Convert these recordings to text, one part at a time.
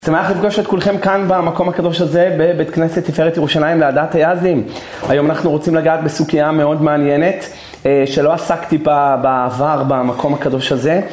שמח לפגוש את כולכם כאן במקום הקדוש הזה בבית כנסת תפארת ירושלים לעדת היעזים. היום אנחנו רוצים לגעת בסוגיה מאוד מעניינת שלא עסקתי בה בעבר במקום הקדוש הזה.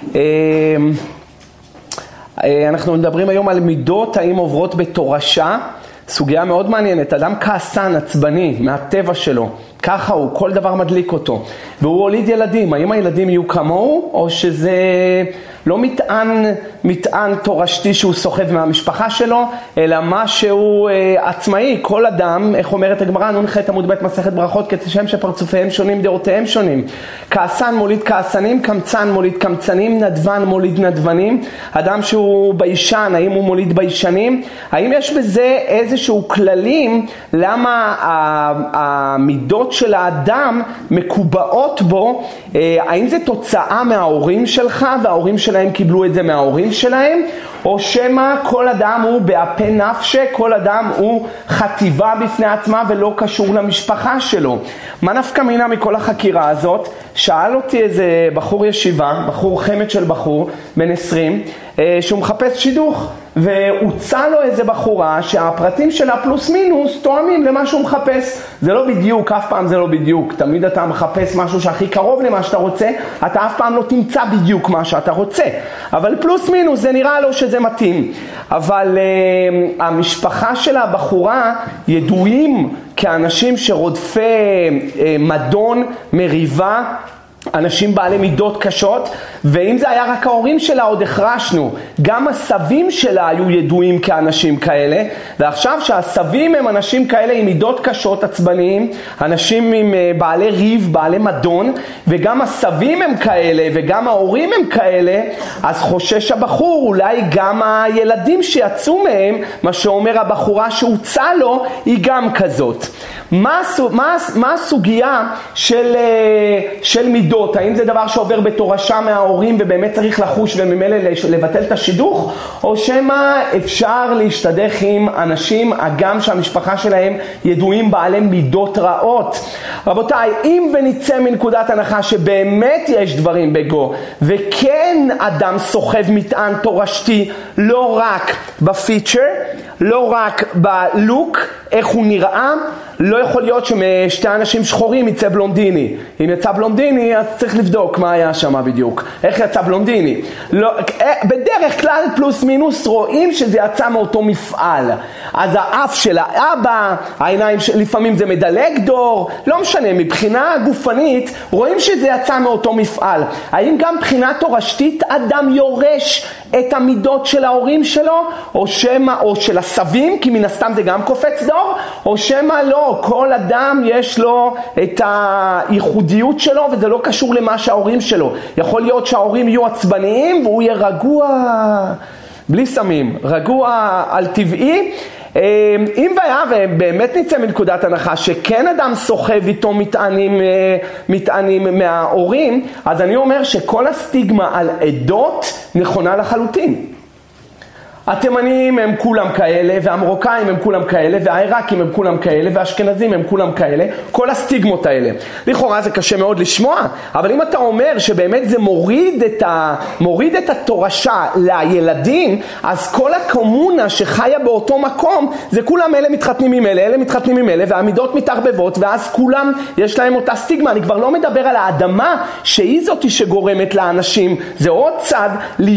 אנחנו מדברים היום על מידות, האם עוברות בתורשה. סוגיה מאוד מעניינת. אדם כעסן, עצבני, מהטבע שלו. ככה הוא, כל דבר מדליק אותו. והוא הוליד ילדים. האם הילדים יהיו כמוהו, או שזה לא מטען תורשתי שהוא סוחב מהמשפחה שלו, אלא משהו עצמאי. כל אדם, איך אומרת הגמרא, נ"ח עמוד ב' מסכת ברכות, כשם שפרצופיהם שונים, דעותיהם שונים. כעסן מוליד כעסנים, קמצן מוליד קמצנים, נדבן מוליד נדבנים. אדם שהוא ביישן, האם הוא מוליד ביישנים? האם יש בזה איזשהו כללים למה המידות של האדם מקובעות בו? האם זה תוצאה מההורים שלך וההורים שלהם קיבלו את זה מההורים שלהם? או שמה כל אדם הוא באפה נפשה, כל אדם הוא חטיבה בפני עצמה ולא קשור למשפחה שלו? מה נפקא מינה מכל החקירה הזאת? שאל אותי איזה בחור ישיבה, בחור חמד של בחור בן 20, שהוא מחפש שידוך, והוצא לו איזה בחורה שהפרטים שלה פלוס מינוס תואמים למה שהוא מחפש. זה לא בדיוק, אף פעם זה לא בדיוק. תמיד אתה מחפש משהו שהכי קרוב למה שאתה רוצה, אתה אף פעם לא תמצא בדיוק מה שאתה רוצה. אבל פלוס מינוס זה נראה לו שזה מתאים. אבל המשפחה של הבחורה ידועים כאנשים שרודפי מדון, מריבה, אנשים בעלי מידות קשות. ואם זה היה רק ההורים שלה עוד החרשנו, גם הסבים שלה היו ידועים כאנשים כאלה. ועכשיו שהסבים הם אנשים כאלה עם מידות קשות, עצבניים, אנשים עם בעלי ריב, בעלי מדון, וגם הסבים הם כאלה וגם ההורים הם כאלה, אז חושש הבחור אולי גם הילדים שיצאו מהם, מה שאומר הבחורה שהוצא לו, היא גם כזאת. מה הסוגיה של מידות? האם זה דבר שעובר בתורשה מההורים ובאמת צריך לחוש וממילא לבטל את השידוך, או שמה אפשר להשתדך עם אנשים גם שהמשפחה שלהם ידועים בעלי מידות רעות? רבותיי, אם ונצא מנקודת הנחה שבאמת יש דברים בגו וכן אדם סוחב מטען תורשתי, לא רק בפיצ'ר, לא רק בלוק, איך הוא נראה, לא יכול להיות שמשתי אנשים שחורים יצא בלונדיני. אם יצא בלונדיני, אז צריך לבדוק מה היה שם בדיוק. איך יצא בלונדיני? לא, בדרך כלל פלוס מינוס רואים שזה יצא מאותו מפעל. אז האף של האבא, העיניים לפעמים זה מדלג דור, לא משנה, מבחינה גופנית רואים שזה יצא מאותו מפעל. האם גם מבחינה תורשתית אדם יורש את המידות של ההורים שלו, או של הסבים, כי מן הסתם זה גם קופץ דור, או שמה לא, כל אדם יש לו את הייחודיות שלו וזה לא קשור למה שההורים שלו. יכול להיות שההורים יהיו עצבניים והוא יהיה רגוע, בלי סמים, רגוע על טבעי. אם והיה ובאמת נצא מנקודת הנחה שכן אדם סוחב איתו מטענים מההורים, אז אני אומר שכל הסטיגמה על עדות נכונה לחלוטין. התימנים הם כולם כאלה, והמרוקאים הם כולם כאלה, והעיראקים הם כולם כאלה, והאשכנזים הם כולם כאלה, כל הסטיגמות האלה. לכאורה זה קשה מאוד לשמוע, אבל אם אתה אומר שבאמת זה מוריד את התורשה לילדים, אז כל הקומונה שחיה באותו מקום, זה כולם אלה מתחתנים עם אלה, אלה מתחתנים עם אלה, והמידות מתערבבות, ואז כולם יש להם אותה סטיגמה. אני כבר לא מדבר על האדמה שהיא זאת שגורמת לאנשים, זה עוד צד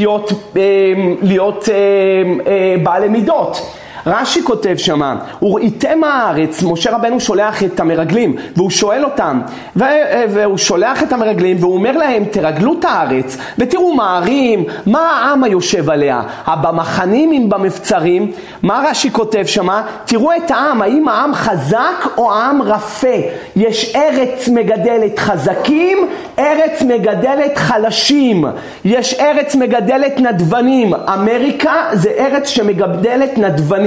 להיות בעלי מידות. רש"י כותב שמה, וראיתם הארץ, משה רבנו שולח את המרגלים, והוא שואל אותם, והוא שולח את המרגלים, והוא אומר להם, תרגלו את הארץ, ותראו מה הערים, מה העם היושב עליה, במחנים אם במבצרים. מה רש"י כותב שמה? תראו את העם, האם העם חזק או העם רפה? יש ארץ מגדלת חזקים, ארץ מגדלת חלשים, יש ארץ מגדלת נדבנים. אמריקה זה ארץ שמגדלת נדבנים.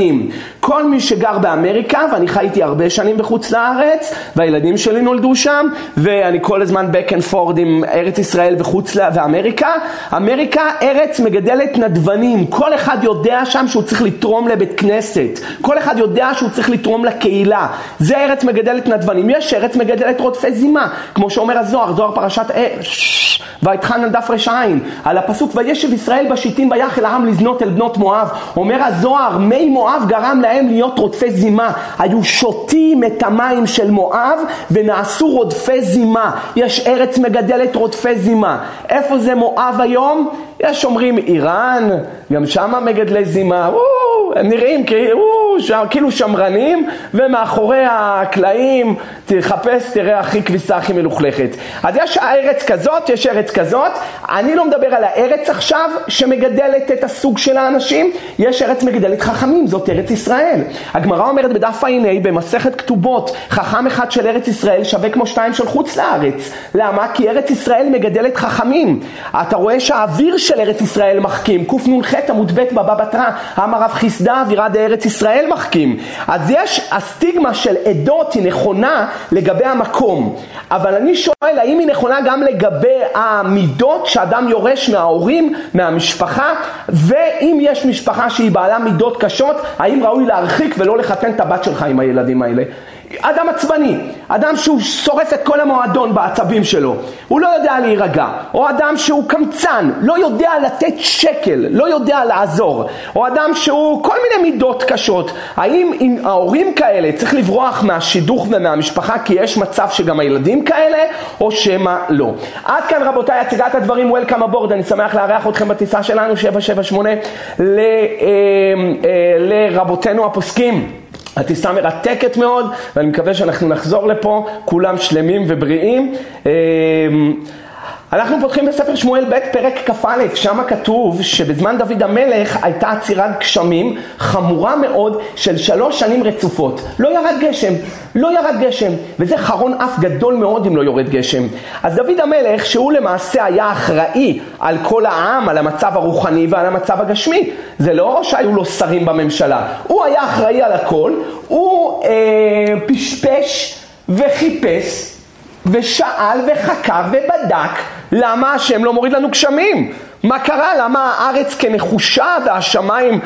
נדבנים. כל מי שגר באמריקה, ואני חייתי הרבה שנים בחוץ לארץ, והילדים שלי נולדו שם, ואני כל הזמן back and forth עם ארץ ישראל ואמריקה. אמריקה ארץ מגדלת נדבנים. כל אחד יודע שם שהוא צריך לתרום לבית כנסת. כל אחד יודע שהוא צריך לתרום לקהילה. זה ארץ מגדלת נדבנים. יש ארץ מגדלת רודפי זימה, כמו שאומר הזוהר, זוהר פרשת ויתחן דף רשעים, על הפסוק וישב ישראל בשיטים ויחל העם לזנות אל בנות מואב. אומר הזוהר, מי מואב גרם להם להיות רודפי זימה. היו שותים את המים של מואב ונעשו רודפי זימה. יש ארץ מגדלת רודפי זימה. איפה זה מואב היום? יש אומרים איראן, גם שם מגדלי זימה. הם נראים כאילו שמרנים, ומאחורי הקלעים תחפש, תראה הכי כביסה הכי מלוכלכת. אז יש ארץ כזאת, יש ארץ כזאת. אני לא מדבר על הארץ עכשיו שמגדלת את הסוג של האנשים. יש ארץ מגדלת חכמים, זאת ארץ ישראל. הגמרא אומרת בדף ע"ה במסכת כתובות, חכם אחד של ארץ ישראל שווה כמו 2 של חוץ לארץ. למה? כי ארץ ישראל מגדלת חכמים. אתה רואה שהאוויר של ארץ ישראל מחכים. קנ"ח עמוד ב' בבא בתרא, אמר רב חיסדא אווירה דארץ ישראל מחכים. אז יש הסטיגמה של עדות היא נכונה לגבי המקום, אבל אני שואל האם היא נכונה גם לגבי המידות שאדם יורש מההורים, מהמשפחה, ואם יש משפחה שהיא בעלה מידות קשות, האם ראוי להרחיק ולא לחתן את הבת שלך עם הילדים האלה? אדם עצבני, אדם שהוא שורף את כל המועדון בעצבים שלו, הוא לא יודע להירגע, או אדם שהוא קמצן, לא יודע לתת שקל, לא יודע לעזור, או אדם שהוא כל מיני מידות קשות. האם עם ההורים כאלה צריך לברוח מהשידוך ומהמשפחה כי יש מצב שגם הילדים כאלה, או שמה לא? עד כאן רבותיי הצגת הדברים. Welcome aboard, אני שמח לארח אתכם בטיסה שלנו 778 לרבותינו הפוסקים. הטיסה מרתקת מאוד, ואני מקווה שאנחנו נחזור לפה כולם שלמים ובריאים. אנחנו פותחים בספר שמואל ב' פרק כ"א, שם כתוב שבזמן דוד המלך הייתה עצירת גשמים חמורה מאוד של 3 שנים רצופות. לא ירד גשם, וזה חרון אף גדול מאוד אם לא יורד גשם. אז דוד המלך, שהוא למעשה היה אחראי על כל העם, על המצב הרוחני ועל המצב הגשמי, זה לא שהיו לו שרים בממשלה, הוא היה אחראי על הכל. הוא פשפש וחיפש ושאל וחקר ובדק למה השם לא מוריד לנו גשמים. מה קרה? למה הארץ כנחושה והשמיים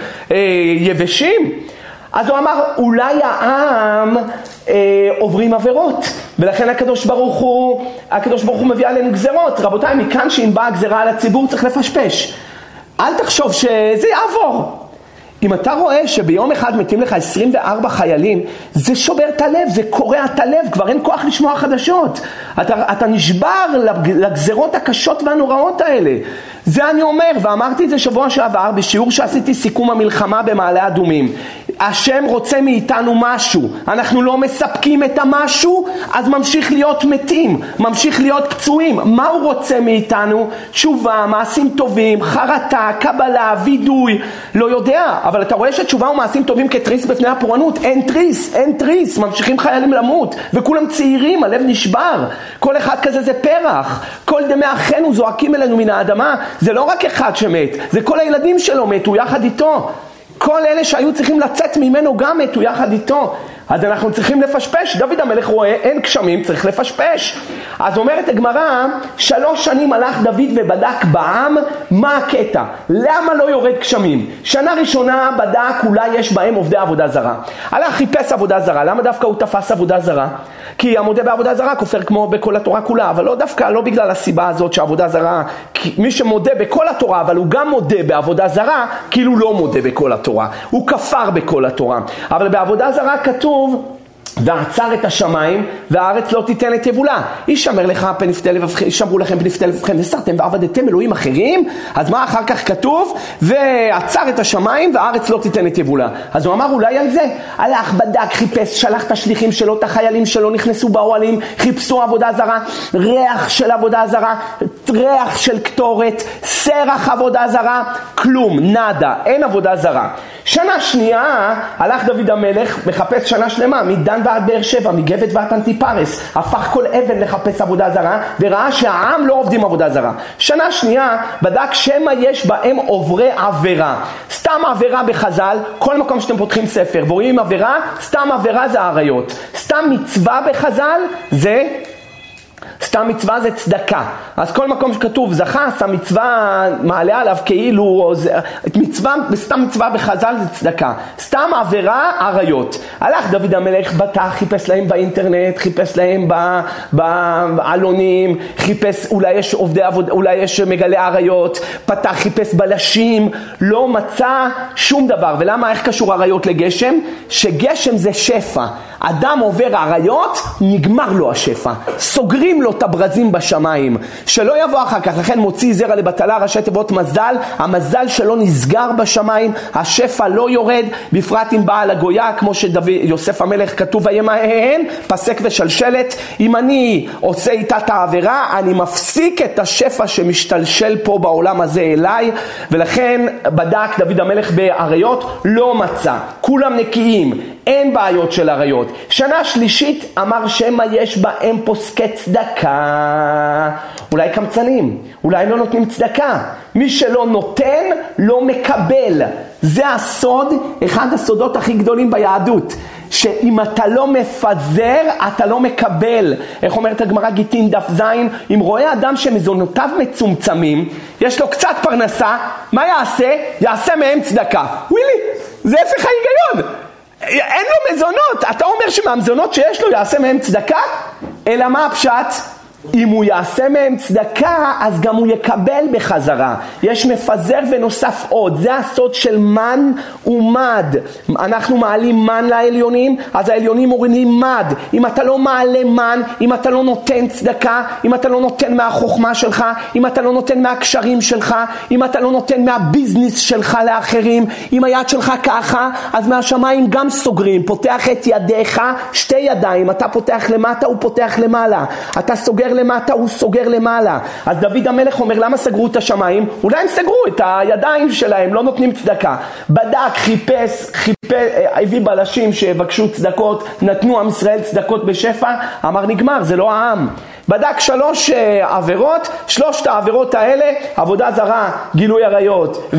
יבשים? אז הוא אמר, אולי העם עוברים עבירות, ולכן הקדוש ברוך הוא מביא עלינו גזרות. רבותיי, מכאן שאם באה גזרה על הציבור צריך לפשפש. אל תחשוב שזה יעבור. אם אתה רואה שביום אחד מתים לך 24 חיילים, זה שובר את הלב, זה קורע את הלב, כבר אין כוח לשמוע חדשות. אתה נשבר לגזרות הקשות והנוראות האלה. זה אני אומר, ואמרתי את זה שבוע שעבר בשיעור שעשיתי סיכום המלחמה במעלה אדומים. השם רוצה מאיתנו משהו, אנחנו לא מספקים את המשהו, אז ממשיך להיות מתים, ממשיך להיות פצועים. מה הוא רוצה מאיתנו? תשובה, מעשים טובים, חרטה, קבלה, וידוי, לא יודע. אבל אתה רואה שתשובה ומעשים טובים כתריס בפני הפורענות. אין תריס, ממשיכים חיילים למות, וכולם צעירים, הלב נשבר. כל אחד כזה זה פרח. כל דמי אחינו זועקים אלינו מן האדמה. זה לא רק אחד שמת, זה כל הילדים שלו מתו יחד איתו. כל אלה שהיו צריכים לצאת ממנו גם מתו יחד איתו. אז אנחנו צריכים לפשפש. דוד המלך רואה אין גשמים, צריך לפשפש. אז אומרת הגמרא, 3 שנים הלך דוד ובדק בעם מה הקטע, למה לא יורד גשמים. שנה ראשונה בדק אולי יש בהם עובדי עבודה זרה, הלך חיפש עבודה זרה. למה דווקא הוא תפס עבודה זרה? כי המודה בעבודה זרה כופר כמו בכל התורה כולה, אבל לא דווקא, לא בגלל הסיבה הזאת שעבודה זרה, מי שמודה בכל התורה אבל הוא גם מודה בעבודה זרה, כאילו לא מודה בכל התורה, הוא כפר בכל התורה. אבל בעבודה זרה כתוב ועצר את השמיים והארץ לא תיתן את יבולה. ישמרו לכם פנפתי לבבכם וסרתם ועבדתם אלוהים אחרים. אז מה אחר כך כתוב? ועצר את השמיים והארץ לא תיתן את יבולה. אז הוא אמר אולי על זה. הלך, בדק, חיפש, שלח את השליחים שלו, את החיילים שלו, נכנסו באוהלים, חיפשו עבודה זרה, ריח של עבודה זרה, ריח של קטורת, סרח עבודה זרה, כלום, נדה, אין עבודה זרה. שנה שנייה הלך דוד המלך, מחפש שנה שלמה, מדן ועד באר שבע, מגבת ועד אנטיפרס, הפך כל אבן לחפש עבודה זרה, וראה שהעם לא עובדים עבודה זרה. שנה שנייה בדק שמה יש בהם עוברי עבירה. סתם עבירה בחז"ל, כל מקום שאתם פותחים ספר ורואים עבירה, סתם עבירה זה עריות. סתם מצווה בחז"ל זה... סתם מצווה זה צדקה. אז כל מקום שכתוב זכס, המצווה מעלה עליו כאילו, מצווה, סתם מצווה בחז"ל זה צדקה. סתם עבירה, עריות. הלך דוד המלך, בטח, חיפש להם באינטרנט, חיפש להם בעלונים, חיפש, אולי יש עובדי עבודה, אולי יש מגלי עריות, פתח, חיפש בלשים, לא מצא שום דבר. ולמה, איך קשור עריות לגשם? שגשם זה שפע. אדם עובר עריות, נגמר לו השפע. סוגרים לו את הברזים בשמיים, שלא יבוא אחר כך. לכן מוציא זרע לבטלה, ראשי תיבות מזל, המזל שלא נסגר בשמיים, השפע לא יורד, בפרט אם באה לגויה, כמו שיוסף המלך כתוב וימהן, פסק ושלשלת. אם אני עושה איתה את העבירה, אני מפסיק את השפע שמשתלשל פה בעולם הזה אליי. ולכן בדק דוד המלך בעריות, לא מצא, כולם נקיים, אין בעיות של עריות. שנה שלישית אמר שמה יש בהם פוסקי צדקה, אולי קמצנים, אולי לא נותנים צדקה. מי שלא נותן לא מקבל. זה הסוד, אחד הסודות הכי גדולים ביהדות, שאם אתה לא מפזר אתה לא מקבל. איך אומרת הגמרא גיטין דף זין? אם רואה אדם שמזונותיו מצומצמים, יש לו קצת פרנסה, מה יעשה? יעשה מהם צדקה. ווילי, זה הפך ההיגיון. אין לו מזונות, אתה אומר שמהמזונות שיש לו יעשה מהם צדקה? אלא מה הפשט? אם הוא יעשה מהם צדקה, אז גם הוא יקבל בחזרה. יש מפזר ונוסף עוד. זה הסוד של מן ומד. אנחנו מעלים מן לעליונים, אז העליונים מורידים מד. אם אתה לא מעלה מן, אם אתה לא נותן צדקה, אם אתה לא נותן מהחוכמה שלך, אם אתה לא נותן מהקשרים שלך, אם אתה לא נותן מהביזנס שלך לאחרים, אם היד שלך ככה, אז מהשמיים גם סוגרים. פותח את ידיך, שתי ידיים, אתה פותח למטה, הוא פותח למעלה. אתה סוגר למטה, הוא סוגר למעלה. אז דוד המלך אומר, למה סגרו את השמיים? אולי הם סגרו את הידיים שלהם, לא נותנים צדקה. בדק, חיפש, הביא בלשים שבקשו צדקות, נתנו עם ישראל צדקות בשפע, אמר נגמר, זה לא העם. בדק 3 עבירות, 3 העבירות האלה, עבודה זרה, גילוי עריות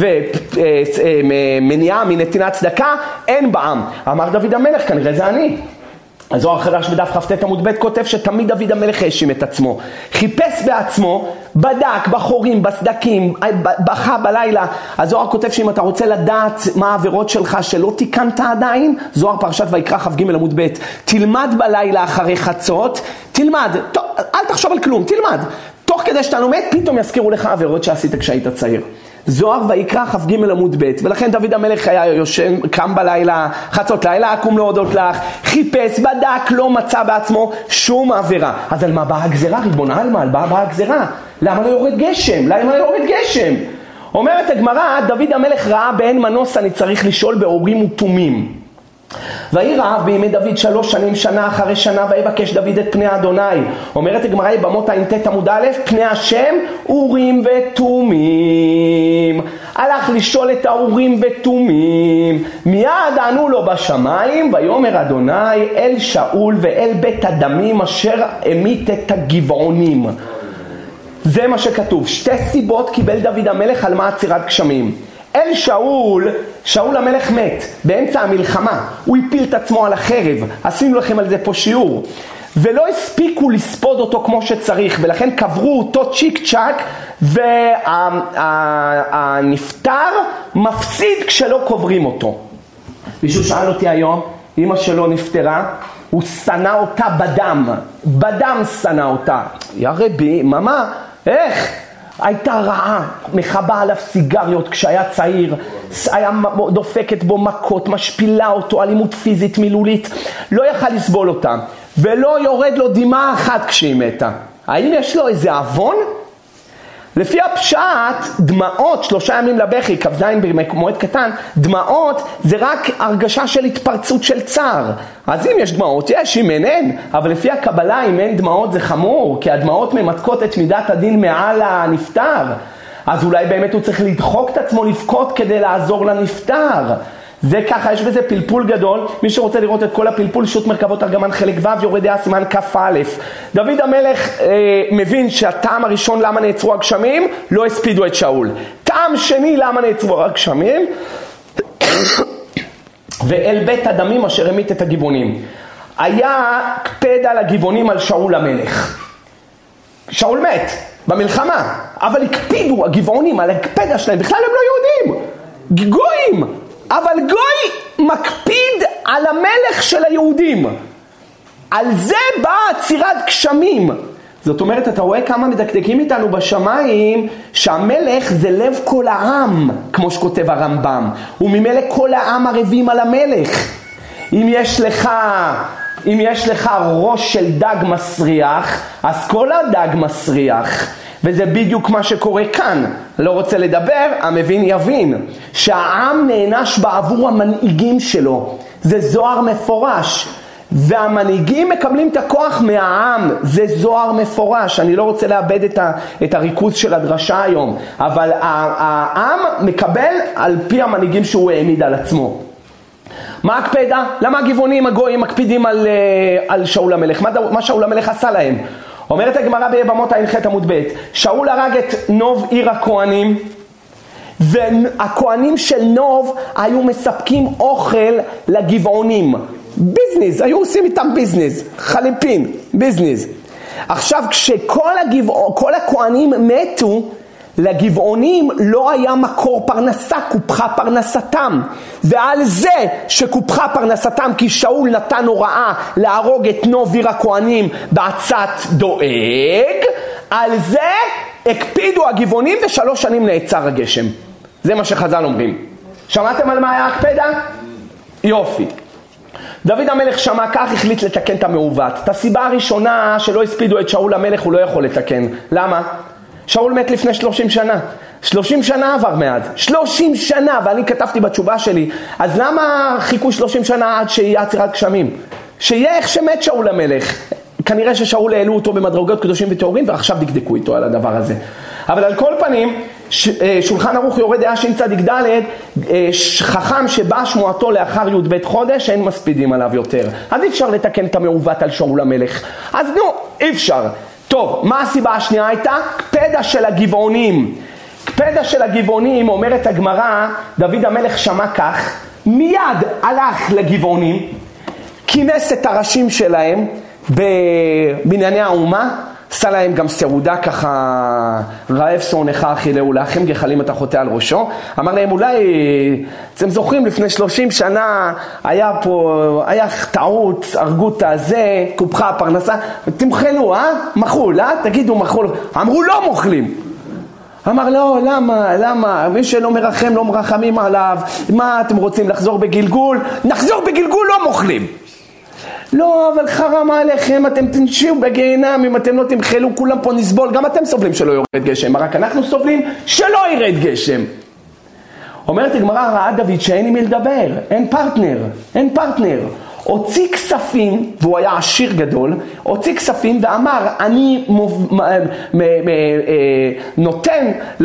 ומניעה מנתינת צדקה, אין בעם. אמר דוד המלך, כנראה זה אני. הזוהר החדש בדף כ"ט עמוד ב' כותב שתמיד דוד המלך האשים את עצמו. חיפש בעצמו, בדק בחורים, בסדקים, בכה בלילה. הזוהר כותב שאם אתה רוצה לדעת מה העבירות שלך שלא תיקנת עדיין, זוהר פרשת ויקרא כ"ג עמוד ב', תלמד בלילה אחרי חצות, תלמד, אל תחשוב על כלום, תלמד. תוך כדי שאתה לומד, פתאום יזכירו לך עבירות שעשית כשהיית צעיר. זוהר ויקרא כ"ג עמוד ב'. ולכן דוד המלך היה יושן, קם בלילה, חצות לילה, אקום להודות לך, חיפש, בדק, לא מצא בעצמו שום עבירה. אז על מה באה הגזרה? ריבון עלמא, על מה באה הגזרה? למה לא יורד גשם? למה לא יורד גשם? אומרת הגמרא, דוד המלך ראה באין מנוס, אני צריך לשאול באורים ותומים. ויהי רעב בימי דוד 3 שנים, שנה אחרי שנה, ויבקש דוד את פני אדוני. אומרת הגמרא במות ע"ט עמוד א', פני השם אורים ותומים. הלך לשאול את האורים ותומים, מיד ענו לו בשמיים, ויאמר אדוני אל שאול ואל בית הדמים אשר המית את הגבעונים. זה מה שכתוב. 2 סיבות קיבל דוד המלך על מה עצירת גשמים. אל שאול המלך מת באמצע המלחמה, הוא הפיל את עצמו על החרב, עשינו לכם על זה פה שיעור, ולא הספיקו לספוד אותו כמו שצריך, ולכן קברו אותו צ'יק צ'ק, והנפטר מפסיד כשלא קוברים אותו. מישהו שאל אותי היום, אמא שלו נפטרה, הוא שנא אותה בדם שנא אותה. יא רבי, ממה, איך? הייתה רעה, מחבה עליו סיגריות כשהיה צעיר, היה דופקת בו מכות, משפילה אותו, אלימות פיזית, מילולית, לא יכל לסבול אותה, ולא יורד לו דמעה אחת כשהיא מתה. האם יש לו איזה אבון? לפי הפשט, דמעות, 3 ימים לבכי, כ"ז במועד קטן, דמעות זה רק הרגשה של התפרצות של צער. אז אם יש דמעות, יש, אם אין. אבל לפי הקבלה, אם אין דמעות זה חמור, כי הדמעות ממתקות את מידת הדין מעל הנפטר. אז אולי באמת הוא צריך לדחוק את עצמו לבכות כדי לעזור לנפטר. זה ככה, יש בזה פלפול גדול. מי שרוצה לראות את כל הפלפול, שו"ת מרכבות תרגמן חלק ו', יורה דעה סימן כ"א. דוד המלך מבין שהטעם הראשון למה נעצרו הגשמים, לא הספידו את שאול. טעם שני למה נעצרו הגשמים, ואל בית הדמים אשר המית את הגבעונים. היה קפד על הגבעונים על שאול המלך. שאול מת במלחמה, אבל הקפידו הגבעונים על הקפדה שלהם, בכלל הם לא יהודים, גויים. אבל גוי מקפיד על המלך של היהודים. על זה באה עצירת גשמים. זאת אומרת, אתה רואה כמה מדקדקים איתנו בשמיים, שהמלך זה לב כל העם, כמו שכותב הרמב"ם. וממילא כל העם ערבים על המלך. אם יש לך ראש של דג מסריח, אז כל הדג מסריח. וזה בדיוק מה שקורה כאן. לא רוצה לדבר, המבין יבין. שהעם נענש בעבור המנהיגים שלו. זה זוהר מפורש. והמנהיגים מקבלים את הכוח מהעם. זה זוהר מפורש. אני לא רוצה לאבד את הריכוז של הדרשה היום. אבל העם מקבל על פי המנהיגים שהוא העמיד על עצמו. מה הקפדה? למה הגבעונים הגויים מקפידים על שאול המלך? מה שאול המלך עשה להם? אומרת הגמרא ביבמות ע"ח עמוד ב', שאול הרג את נוב עיר הכהנים, והכהנים של נוב היו מספקים אוכל לגבעונים. ביזנס, היו עושים איתם ביזנס, חליפין, ביזנס. עכשיו כשכל הכהנים מתו, לגבעונים לא היה מקור פרנסה, קופחה פרנסתם. ועל זה שקופחה פרנסתם, כי שאול נתן הוראה להרוג את נוב עיר הכהנים בעצת דואג, על זה הקפידו הגבעונים ו3 שנים נעצר הגשם. זה מה שחז"ל אומרים. שמעתם על מה היה הקפדה? יופי. דוד המלך שמע כך, החליט לתקן את המעוות. את הסיבה הראשונה שלא הספידו את שאול המלך הוא לא יכול לתקן. למה? שאול מת לפני 30 שנה. 30 שנה עבר מאז. 30 שנה, ואני כתבתי בתשובה שלי. אז למה חיכו 30 שנה עד שיהיה עצירת גשמים? שיהיה איך שמת שאול המלך. כנראה ששאול העלו אותו במדרגות קדושים וטהורים, ועכשיו דקדקו איתו על הדבר הזה. אבל על כל פנים, שולחן ערוך יורה דעה שצ"ד, חכם שבא שמועתו לאחר י"ב חודש, אין מספידים עליו יותר. אז אי אפשר לתקן את המעוות על שאול המלך. אז נו, אי אפשר. טוב, מה הסיבה השנייה הייתה? קפדה של הגבעונים. קפדה של הגבעונים, אומרת הגמרא, דוד המלך שמע כך, מיד הלך לגבעונים, כינס את הראשים שלהם בבנייני האומה, עשה להם גם סעודה ככה, רעב שונאך אכילהו לחם, גחלים אתה חוטא על ראשו. אמר להם, אולי, אתם זוכרים, לפני 30 שנה היה טעות, הרגו את הזה, קופחה, פרנסה, תמחלו, מחול, תגידו מחול. אמרו, לא מוכלים. אמר, לא, למה? מי שלא מרחם, לא מרחמים עליו. מה, אתם רוצים לחזור בגלגול? נחזור בגלגול, לא מוכלים. לא, אבל חרם עליכם, אתם תנשיעו בגיהנם, אם אתם לא תמחלו, כולם פה נסבול, גם אתם סובלים שלא יורד גשם, רק אנחנו סובלים שלא ירד גשם. אומרת הגמרא, ראה דוד שאין עם מי לדבר, אין פרטנר. הוציא כספים, והוא היה עשיר גדול, הוציא כספים ואמר, אני נותן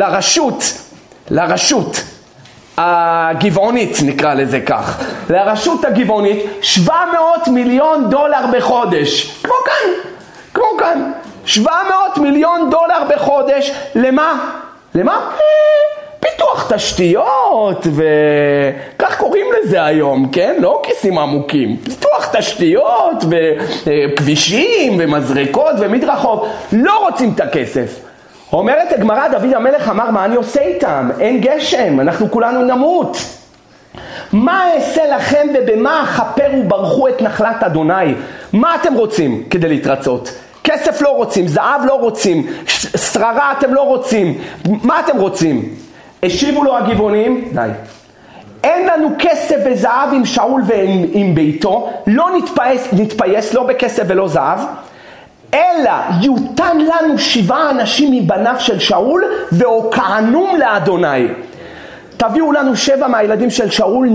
לרשות הגבעונית, נקרא לזה כך, לרשות הגבעונית $700 מיליון בחודש. כמו כאן. $700 מיליון בחודש. למה? פיתוח תשתיות, וכך קוראים לזה היום, כן? לא כיסים עמוקים. פיתוח תשתיות, וכבישים, ומזרקות, ומדרכות. לא רוצים את הכסף. אומרת הגמרא, דוד המלך אמר, מה אני עושה איתם? אין גשם, אנחנו כולנו נמות. מה אעשה לכם ובמה אכפר וברכו את נחלת אדוני? מה אתם רוצים כדי להתרצות? כסף לא רוצים, זהב לא רוצים, שררה אתם לא רוצים. מה אתם רוצים? השיבו לו הגבעונים, די. אין לנו כסף וזהב עם שאול ועם ביתו, לא נתפייס לא בכסף ולא זהב. אלא יותן לנו 7 אנשים מבניו של שאול והוקענום לאדוני. תביאו לנו 7 מהילדים של שאול,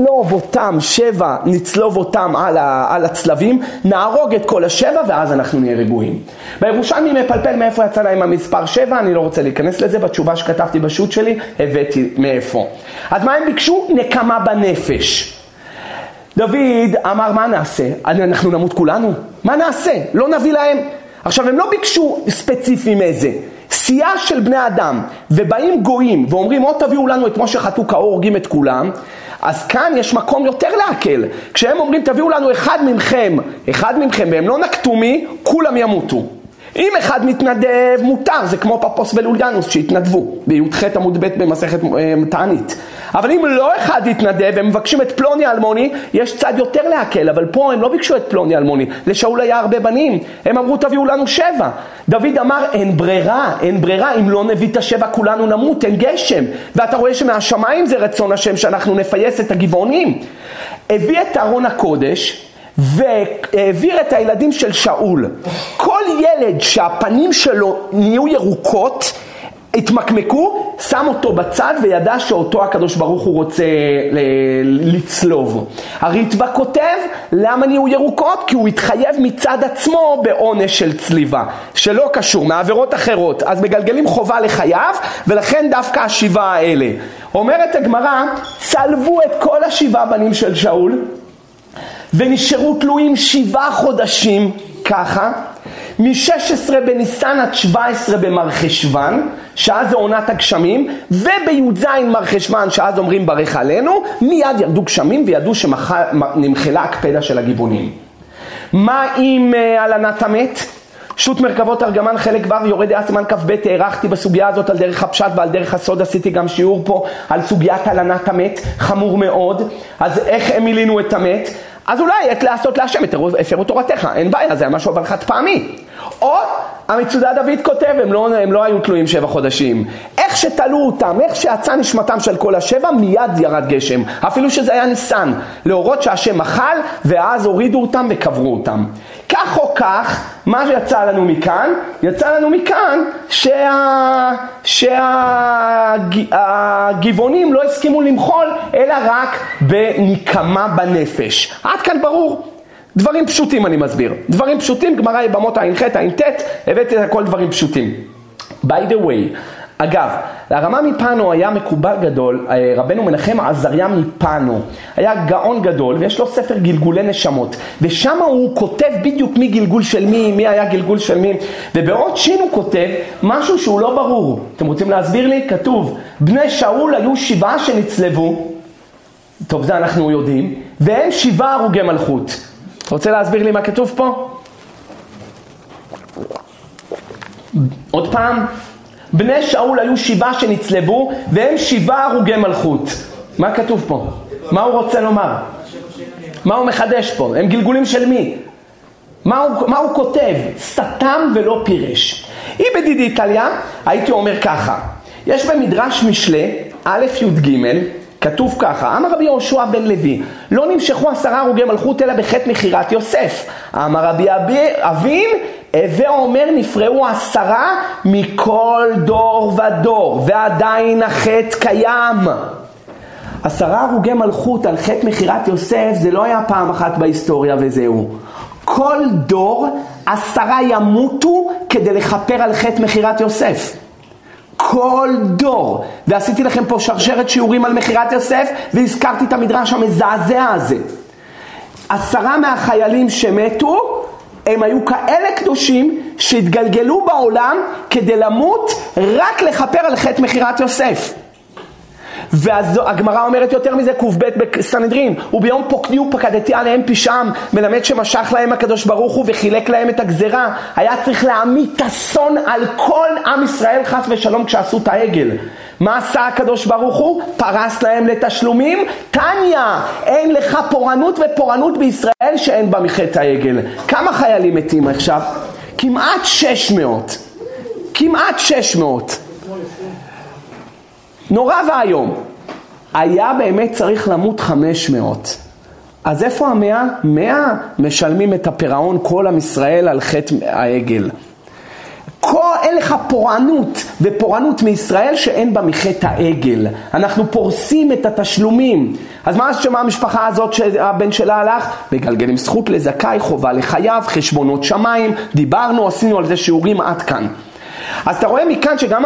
נצלוב אותם על הצלבים, נהרוג את כל 7 ואז אנחנו נהיה רגועים. בירושלמי מפלפל מאיפה יצא להם המספר 7, אני לא רוצה להיכנס לזה, בתשובה שכתבתי בשו"ת שלי הבאתי מאיפה. אז מה הם ביקשו? נקמה בנפש. דוד אמר, מה נעשה? אנחנו נמות כולנו? מה נעשה? לא נביא להם. עכשיו הם לא ביקשו ספציפי מאיזה, סיעה של בני אדם, ובאים גויים ואומרים, או תביאו לנו את משה חתוקה או הורגים את כולם, אז כאן יש מקום יותר להקל. כשהם אומרים תביאו לנו אחד מכם והם לא נקטו מי, כולם ימותו. אם אחד מתנדב מותר, זה כמו פפוס ולוליאנוס שהתנדבו בי"ח עמוד ב' במסכת תענית. אבל אם לא אחד יתנדב, הם מבקשים את פלוני אלמוני, יש צד יותר להקל, אבל פה הם לא ביקשו את פלוני אלמוני. לשאול היה הרבה בנים, הם אמרו תביאו לנו 7. דוד אמר אין ברירה, אם לא נביא את 7 כולנו נמות, אין גשם. ואתה רואה שמהשמיים זה רצון השם שאנחנו נפייס את הגבעונים. הביא את ארון הקודש, והעביר את הילדים של שאול. כל ילד שהפנים שלו נהיו ירוקות, התמקמקו, שם אותו בצד וידע שאותו הקדוש ברוך הוא רוצה לצלוב. הריטב"א כותב למה נהיו ירוקות? כי הוא התחייב מצד עצמו בעונש של צליבה, שלא קשור מעבירות אחרות, אז מגלגלים חובה לחייו, ולכן דווקא 7 האלה. אומרת הגמרא, צלבו את כל 7 בנים של שאול, ונשארו תלויים 7 חודשים ככה, מ-16 בניסן עד 17 במרחשוון, שאז זה עונת הגשמים, ובי"ז מרחשוון, שאז אומרים ברך עלינו, מיד ירדו גשמים וידעו שנמחלה הקפדה של הגבעונים. מה עם הלנת המת? שו"ת מרכבות ארגמן חלק ו' יורד סימן כ"ב, הערכתי בסוגיה הזאת על דרך הפשט ועל דרך הסוד, עשיתי גם שיעור פה על סוגיית הלנת המת, חמור מאוד. אז איך הם מילינו את המת? אז אולי לעשות להשם הפרו תורתך, אין בעיה, זה היה משהו אבל חד פעמי. או המצודה דוד כותב, הם לא היו תלויים 7 חודשים. איך שתלו אותם, איך שיצא נשמתם של כל 7, מיד ירד גשם. אפילו שזה היה ניסן, להורות שהשם מחל, ואז הורידו אותם וקברו אותם. כך או כך, מה שיצא לנו מכאן? יצא לנו מכאן שהגבעונים לא הסכימו למחול, אלא רק בנקמה בנפש. עד כאן ברור. דברים פשוטים אני מסביר. דברים פשוטים, גמרא יבמות ע"ח, ע"ט, הבאתי את הכל דברים פשוטים. by the way, אגב, לרמה מפנו היה מקובל גדול, רבנו מנחם עזריה מפנו, היה גאון גדול ויש לו ספר גלגולי נשמות, ושם הוא כותב בדיוק מי גלגול של מי היה גלגול של מי, ובעוד שין הוא כותב משהו שהוא לא ברור. אתם רוצים להסביר לי? כתוב, בני שאול היו 7 שנצלבו, טוב זה אנחנו יודעים, והם 7 הרוגי מלכות. רוצה להסביר לי מה כתוב פה? עוד פעם, בני שאול היו 7 שנצלבו, והם 7 הרוגי מלכות. מה כתוב פה? מה הוא רוצה לומר? מה הוא מחדש פה? הם גלגולים של מי? מה הוא כותב? סתם ולא פירש. היא בדידי איטליה, הייתי אומר ככה, יש במדרש משלי, א' י' ג', כתוב ככה, אמר רבי יהושע בן לוי, לא נמשכו 10 הרוגי מלכות אלא בחטא מכירת יוסף. אמר רבי אבין, הווה אומר נפרעו 10 מכל דור ודור, ועדיין החטא קיים. 10 הרוגי מלכות על חטא מכירת יוסף, זה לא היה פעם אחת בהיסטוריה וזהו. כל דור 10 ימותו כדי לכפר על חטא מכירת יוסף. כל דור. ועשיתי לכם פה שרשרת שיעורים על מכירת יוסף, והזכרתי את המדרש המזעזע הזה. 10 מהחיילים שמתו, הם היו כאלה קדושים שהתגלגלו בעולם כדי למות רק לכפר על חטא מכירת יוסף. ואז הגמרא אומרת יותר מזה, ק"ב בסנהדרין, וביום פוקניו פקדתי עליהם פשעם, מלמד שמשך להם הקדוש ברוך הוא וחילק להם את הגזרה. היה צריך להמיט אסון על כל עם ישראל חס ושלום כשעשו את העגל. מה עשה הקדוש ברוך הוא? פרס להם לתשלומים. תניה, אין לך פורענות ופורענות בישראל שאין בה מחטא העגל. כמה חיילים מתים עכשיו? כמעט 600. כמעט 600. נורא והיום. היה באמת צריך למות 500. אז איפה 100 משלמים את הפירעון כל עם ישראל על חטא העגל. אין לך פורענות ופורענות מישראל שאין בה מחטא העגל. אנחנו פורסים את התשלומים. אז מה שמה המשפחה הזאת שהבן שלה הלך? מגלגלים זכות לזכאי, חובה לחייב, חשבונות שמיים, דיברנו, עשינו על זה שיעורים עד כאן. אז אתה רואה מכאן שגם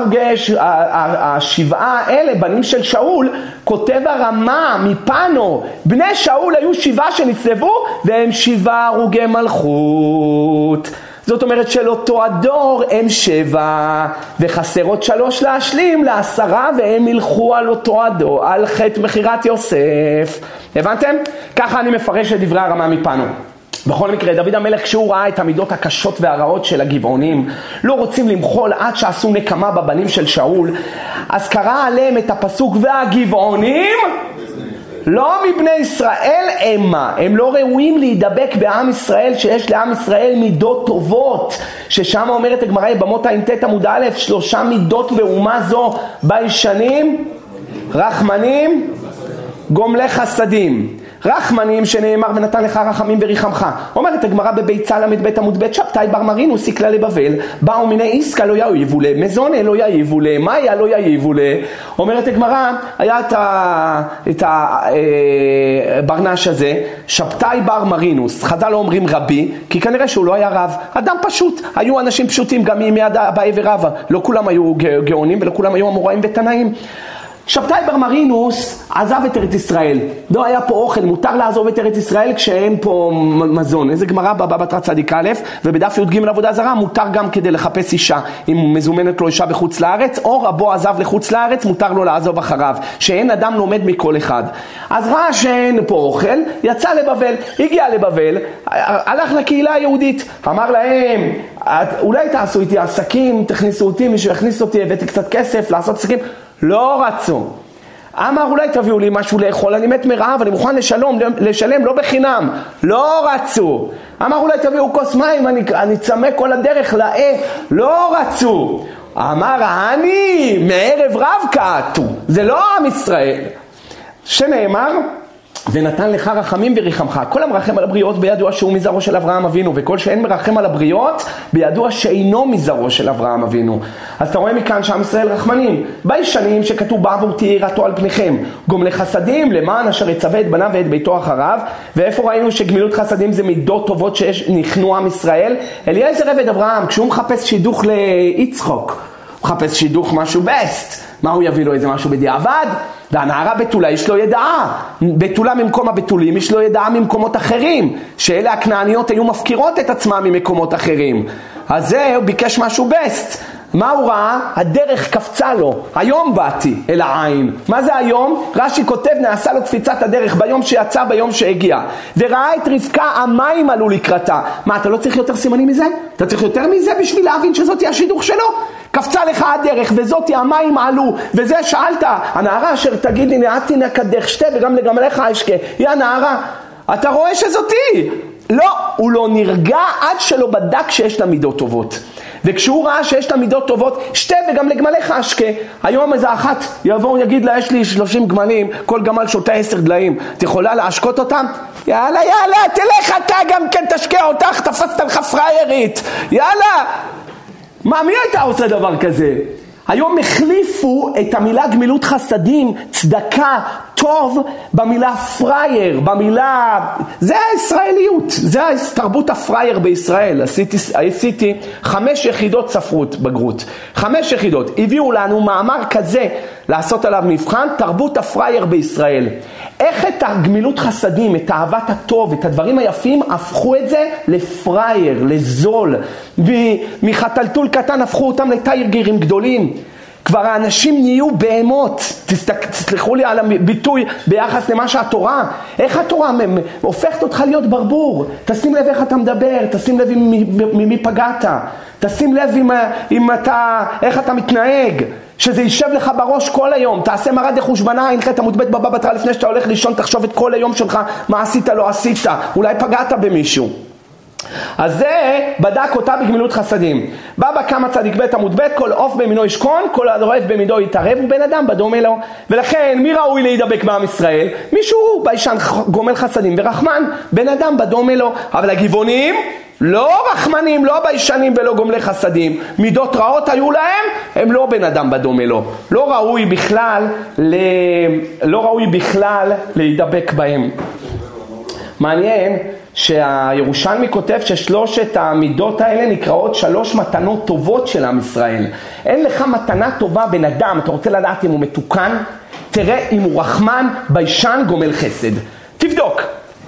השבעה האלה, בנים של שאול, כותב הרמה מפנו, בני שאול היו 7 שנצלבו והם 7 הרוגי מלכות. זאת אומרת של אותו הדור הם 7 וחסרות 3 להשלים ל10 והם ילכו על אותו הדור, על חטא מחירת יוסף. הבנתם? ככה אני מפרש את דברי הרמה מפנו. בכל מקרה, דוד המלך כשהוא ראה את המידות הקשות והרעות של הגבעונים, לא רוצים למחול עד שעשו נקמה בבנים של שאול, אז קרא עליהם את הפסוק והגבעונים לא מבני ישראל המה, הם לא ראויים להידבק בעם ישראל שיש לעם ישראל מידות טובות, ששם אומרת הגמרא במות ע"ט עמוד א' 3 מידות באומה זו, ביישנים, רחמנים, גומלי חסדים. רחמנים שנאמר ונתן לך רחמים וריחמך. אומרת הגמרא בביצה ל"ב עמוד ב' שבתאי בר מרינוס סיקלה לבבל, באו מיני איסקה לא יאיבו לה, מזונה לא יאיבו לה, מאיה לא יאיבו לה. אומרת הגמרא, היה את הברנש הזה, שבתאי בר מרינוס, חז"ל לא אומרים רבי, כי כנראה שהוא לא היה רב, אדם פשוט, היו אנשים פשוטים גם מיד אביי ורבא, לא כולם היו גאונים ולא כולם היו אמוראים ותנאים. שבתאי בר מרינוס עזב את ארץ ישראל, לא היה פה אוכל, מותר לעזוב את ארץ ישראל כשאין פה מזון. איזה גמרא בבא בתרא צדיק א' ובדף י"ג עבודה זרה, מותר גם כדי לחפש אישה, אם מזומנת לו אישה בחוץ לארץ, או רבו עזב לחוץ לארץ, מותר לו לעזוב אחריו, שאין אדם לומד מכל אחד. אז ראה שאין פה אוכל, יצא לבבל, הגיע לבבל, הלך לקהילה היהודית, אמר להם, אולי תעשו איתי עסקים, תכניסו אותי, מישהו יכניס אותי, הבאתי קצת כסף לעשות עסקים. לא רצו. אמר אולי תביאו לי משהו לאכול, אני מת מרעב, אני מוכן לשלם לא בחינם. לא רצו. אמר אולי תביאו כוס מים, אני צמא כל הדרך לא רצו. אמר אני מערב רב קעתו, זה לא עם ישראל. שנאמר ונתן לך רחמים וריחמך. כל המרחם על הבריות בידוע שהוא מזרעו של אברהם אבינו, וכל שאין מרחם על הבריות בידוע שאינו מזרעו של אברהם אבינו. אז אתה רואה מכאן שעם ישראל רחמנים, בישנים שכתוב בעבור תהיה יראתו על פניכם, גומלי חסדים למען אשר יצווה את בניו ואת ביתו אחריו. ואיפה ראינו שגמילות חסדים זה מידות טובות שנכנו עם ישראל? אליעזר עבד אברהם, כשהוא מחפש שידוך ליצחוק, הוא מחפש שידוך משהו בסט, מה הוא יביא לו? איזה משהו בדיעבד? והנערה בתולה יש לו ידעה, בתולה ממקום הבתולים יש לו ידעה ממקומות אחרים, שאלה הכנעניות היו מפקירות את עצמם ממקומות אחרים. אז זה הוא ביקש משהו בסט. מה הוא ראה? הדרך קפצה לו, היום באתי אל העין. מה זה היום? רש"י כותב נעשה לו קפיצת הדרך ביום שיצא, ביום שהגיע, וראה את רבקה המים עלו לקראתה. מה, אתה לא צריך יותר סימנים מזה? אתה צריך יותר מזה בשביל להבין שזאת היא השידוך שלו? קפצה לך הדרך וזאת המים עלו, וזה שאלת הנערה אשר תגיד לי נעתי נקדך שתה וגם לגמלך אשכה, היא הנערה. אתה רואה שזאתי? לא, הוא לא נרגע עד שלא בדק שיש לה מידות טובות. וכשהוא ראה שיש לה מידות טובות, שתה וגם לגמלך אשכה. היום איזה אחת יבוא יגיד לה יש לי 30 גמלים, כל גמל שותה 10 דליים, את יכולה להשקות אותם? יאללה יאללה תלך אתה גם כן תשקע אותך, תפסת לך פריירית, יאללה. מה, מי הייתה עושה דבר כזה? היום החליפו את המילה גמילות חסדים, צדקה, טוב, במילה פרייר, במילה... זה הישראליות, זה תרבות הפרייר בישראל. עשיתי 5 יחידות ספרות בגרות, 5 יחידות. הביאו לנו מאמר כזה לעשות עליו מבחן, תרבות הפרייר בישראל. איך את הגמילות חסדים, את אהבת הטוב, את הדברים היפים, הפכו את זה לפרייר, לזול. מחתלתול קטן הפכו אותם לתאיר גירים גדולים. כבר האנשים נהיו בהמות. תסלחו לי על הביטוי ביחס למה שהתורה, איך התורה הופכת אותך להיות ברבור. תשים לב איך אתה מדבר, תשים לב ממי פגעת, תשים לב איך אתה מתנהג, שזה יישב לך בראש כל היום. תעשה מראה דחושבנה, אין לך את עמוד ב' בבא בתרא, לפני שאתה הולך לישון תחשוב את כל היום שלך מה עשית לא עשית, אולי פגעת במישהו. אז זה בדק אותה בגמילות חסדים. בבא קמא צדיק ב' עמוד ב', כל עוף במינו ישכון, כל הרעב במידו יתערב, ובן אדם בדומה לו. ולכן מי ראוי להידבק בעם ישראל? מישהו ביישן גומל חסדים ורחמן, בן אדם בדומה לו. אבל הגבעונים לא רחמנים, לא ביישנים ולא גומלי חסדים, מידות רעות היו להם, הם לא בן אדם בדומה לו. לא ראוי בכלל להידבק בהם. מעניין שהירושלמי כותב ששלושת המידות האלה נקראות 3 מתנות טובות של עם ישראל. אין לך מתנה טובה בן אדם, אתה רוצה לדעת אם הוא מתוקן? תראה אם הוא רחמן, ביישן, גומל חסד. תבדוק.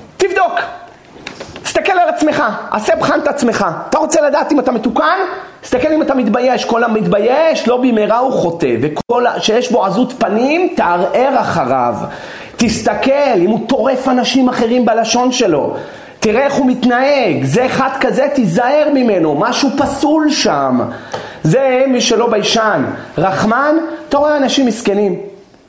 תסתכל על עצמך, עשה בחן את עצמך. אתה רוצה לדעת אם אתה מתוקן? תסתכל אם אתה מתבייש. כל המתבייש לא במהרה הוא חוטא, וכל שיש בו עזות פנים תערער אחריו. תסתכל אם הוא טורף אנשים אחרים בלשון שלו, תראה איך הוא מתנהג. זה אחד כזה, תיזהר ממנו, משהו פסול שם. זה מי שלא ביישן. רחמן, אתה רואה אנשים מסכנים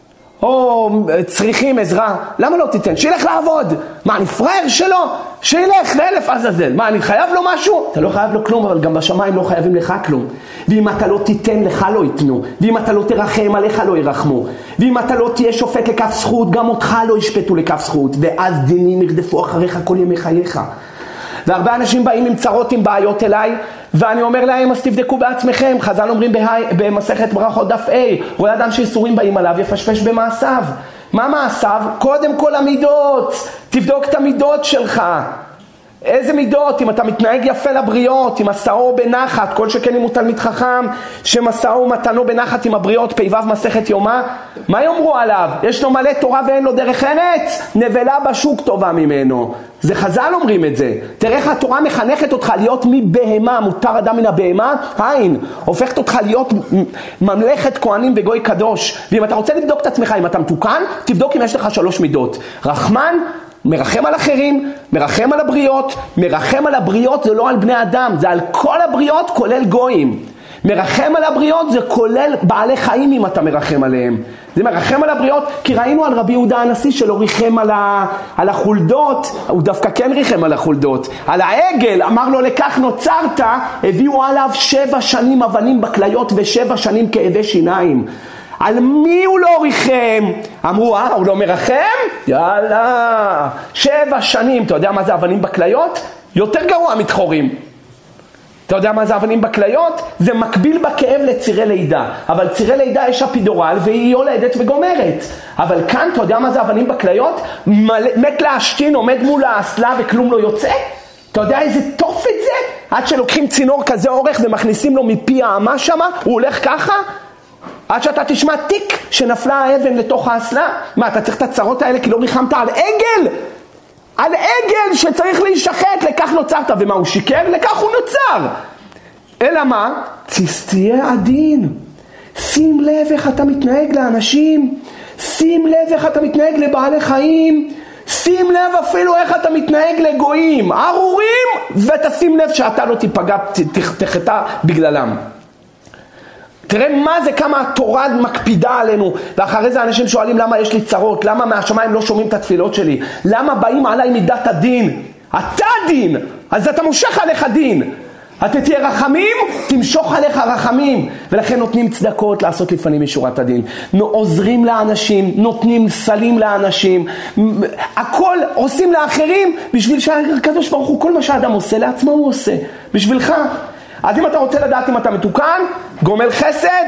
או צריכים עזרה, למה לא תיתן? שילך לעבוד. מה, אני פראייר שלו? שילך לאלף עזאזל. מה, אני חייב לו משהו? אתה לא חייב לו כלום, אבל גם בשמיים לא חייבים לך כלום. ואם אתה לא תיתן, לך לא ייתנו. ואם אתה לא תרחם, עליך לא ירחמו. ואם אתה לא תהיה שופט לכף זכות, גם אותך לא ישפטו לכף זכות. ואז דינים ירדפו אחריך כל ימי חייך. והרבה אנשים באים עם צרות, עם בעיות אליי, ואני אומר להם, אז תבדקו בעצמכם. חז"ל אומרים במסכת ברכות דף A, רואה אדם שאיסורים באים עליו, יפשפש במעשיו. מה מעשיו? קודם כל המידות. תבדוק את המידות שלך. איזה מידות? אם אתה מתנהג יפה לבריות, אם מסעו בנחת, כל שכן אם הוא תלמיד חכם, שמסעו מתנו בנחת עם הבריות, פ"ו מסכת יומא, מה יאמרו עליו? יש לו מלא תורה ואין לו דרך ארץ? נבלה בשוק טובה ממנו. זה חז"ל אומרים את זה. תראה איך התורה מחנכת אותך להיות מבהמה, מותר אדם מן הבהמה, אין, הופכת אותך להיות ממלכת כהנים וגוי קדוש. ואם אתה רוצה לבדוק את עצמך, אם אתה מתוקן, תבדוק אם יש לך 3 מידות. רחמן, מרחם על אחרים, מרחם על הבריות. מרחם על הבריות זה לא על בני אדם, זה על כל הבריות כולל גויים. מרחם על הבריות זה כולל בעלי חיים אם אתה מרחם עליהם. זה מרחם על הבריות, כי ראינו על רבי יהודה הנשיא שלא ריחם על החולדות, הוא דווקא כן ריחם על החולדות. על העגל אמר לו לכך נוצרת, הביאו עליו 7 שנים אבנים בכליות ו7 שנים כאבי שיניים. על מי הוא לא ריחם? אמרו, הוא לא מרחם? יאללה, 7 שנים. אתה יודע מה זה אבנים בכליות? יותר גרוע מתחורים. אתה יודע מה זה אבנים בכליות? זה מקביל בכאב לצירי לידה. אבל צירי לידה יש אפידורל והיא יולדת וגומרת. אבל כאן אתה יודע מה זה אבנים בכליות? מת להשתין, עומד מול האסלה וכלום לא יוצא? אתה יודע איזה תופת זה? עד שלוקחים צינור כזה אורך ומכניסים לו מפי האמה שמה, הוא הולך ככה? עד שאתה תשמע טיק שנפלה האבן לתוך האסלה. מה, אתה צריך את הצרות האלה כי לא ריחמת על עגל? על עגל שצריך להישחט, לכך נוצרת. ומה, הוא שיקר? לכך הוא נוצר. אלא מה? תהיה עדין. שים לב איך אתה מתנהג לאנשים. שים לב איך אתה מתנהג לבעלי חיים. שים לב אפילו איך אתה מתנהג לגויים, ארורים, ותשים לב שאתה לא תיפגע, תחטא בגללם. תראה מה זה, כמה התורה מקפידה עלינו. ואחרי זה אנשים שואלים למה יש לי צרות, למה מהשמיים לא שומעים את התפילות שלי, למה באים עליי מידת הדין. אתה דין, אז אתה מושך עליך דין. אתה תהיה רחמים, תמשוך עליך רחמים. ולכן נותנים צדקות לעשות לפנים משורת הדין, עוזרים לאנשים, נותנים סלים לאנשים, הכל עושים לאחרים, בשביל שהקדוש ברוך הוא כל מה שהאדם עושה לעצמו הוא עושה בשבילך. אז אם אתה רוצה לדעת אם אתה מתוקן, גומל חסד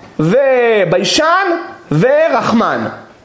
וביישן ורחמן.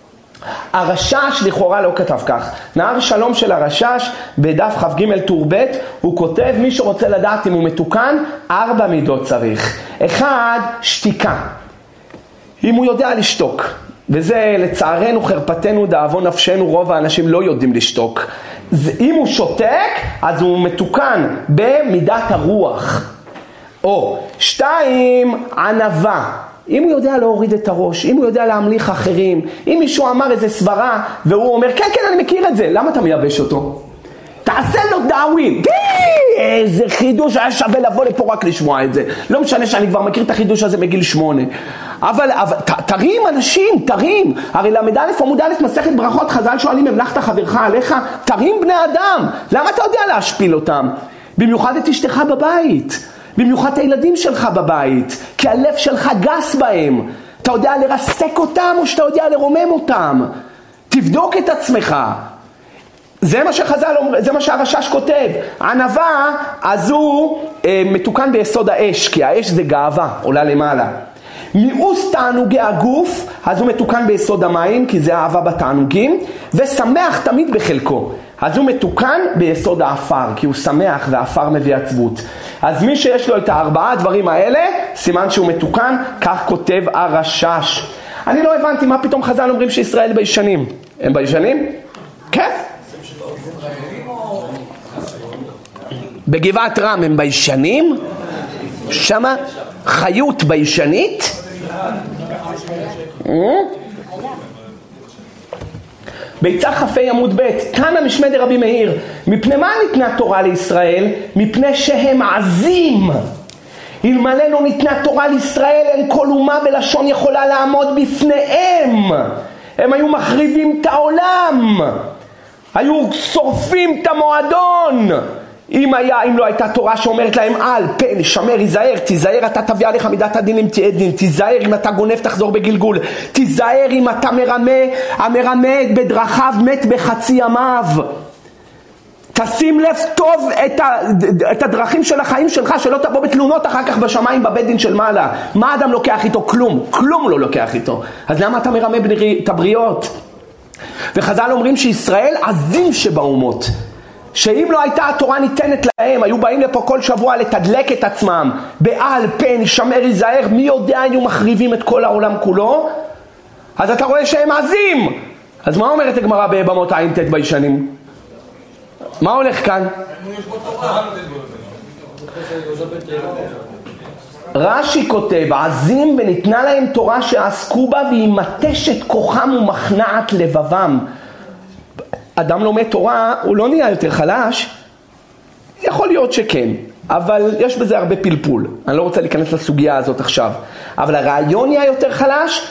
הרשש לכאורה לא כתב כך. נהר שלום של הרשש בדף כ"ג טור ב' הוא כותב, מי שרוצה לדעת אם הוא מתוקן, 4 מידות צריך. 1, שתיקה. אם הוא יודע לשתוק, וזה לצערנו חרפתנו דאבון נפשנו, רוב האנשים לא יודעים לשתוק. אם הוא שותק, אז הוא מתוקן במידת הרוח. או 2, ענווה. אם הוא יודע להוריד את הראש, אם הוא יודע להמליך אחרים, אם מישהו אמר איזה סברה והוא אומר כן כן אני מכיר את זה, למה אתה מייבש אותו? תעשה לו דאווין. איזה חידוש, היה שווה לבוא לפה רק לשמוע את זה. לא משנה שאני כבר מכיר את החידוש הזה מגיל 8. אבל תרים אנשים, תרים. הרי למד א' עמוד א' מסכת ברכות, חז"ל שואלים המלכת חברך עליך, תרים בני אדם. למה אתה יודע להשפיל אותם? במיוחד את אשתך בבית, במיוחד את הילדים שלך בבית, כי הלב שלך גס בהם. אתה יודע לרסק אותם או שאתה יודע לרומם אותם? תבדוק את עצמך. זה מה שחז"ל אומר, זה מה שהרש"ש כותב. ענווה, אז הוא מתוקן ביסוד האש, כי האש זה גאווה, עולה למעלה. מיאוס תענוגי הגוף, אז הוא מתוקן ביסוד המים, כי זה אהבה בתענוגים, ושמח תמיד בחלקו. אז הוא מתוקן ביסוד האפר, כי הוא שמח והאפר מביא עצבות. אז מי שיש לו את הארבעה הדברים האלה, סימן שהוא מתוקן, כך כותב הרש"ש. אני לא הבנתי מה פתאום חז"ל אומרים שישראל ביישנים. הם ביישנים? כן. בגבעת רם הם ביישנים? שמה חיות ביישנית? ביצה כ"ה עמוד ב' תנא משמי דרבי מאיר, מפני מה ניתנה תורה לישראל? מפני שהם עזים. אלמלא לא ניתנה תורה לישראל, אין כל אומה בלשון יכולה לעמוד בפניהם. הם היו מחריבים את העולם, היו שורפים את המועדון. אם לא הייתה תורה שאומרת להם אל, פן, שמר, תיזהר אתה תביא עליך מידת הדין אם תהיה דין, תיזהר אם אתה גונב תחזור בגלגול, תיזהר אם אתה מרמה, המרמה בדרכיו מת בחצי ימיו. תשים לב טוב את הדרכים של החיים שלך, שלא תבוא בתלונות אחר כך בשמיים בבית דין של מעלה. מה אדם לוקח איתו? כלום לא לוקח איתו. אז למה אתה מרמה את הבריות? וחז"ל אומרים שישראל עזים שבאומות, שאם לא הייתה התורה ניתנת להם, היו באים לפה כל שבוע לתדלק את עצמם בעל פן, שמר, ייזהר, מי יודע היו מחריבים את כל העולם כולו. אז אתה רואה שהם עזים. אז מה אומרת הגמרא בבמות ע"ט ביישנים? מה הולך כאן? רש"י כותב, עזים וניתנה להם תורה שעסקו בה והיא מתשת כוחם ומכנעת לבבם. אדם לומד תורה, הוא לא נהיה יותר חלש? יכול להיות שכן, אבל יש בזה הרבה פלפול. אני לא רוצה להיכנס לסוגיה הזאת עכשיו. אבל הרעיון נהיה יותר חלש,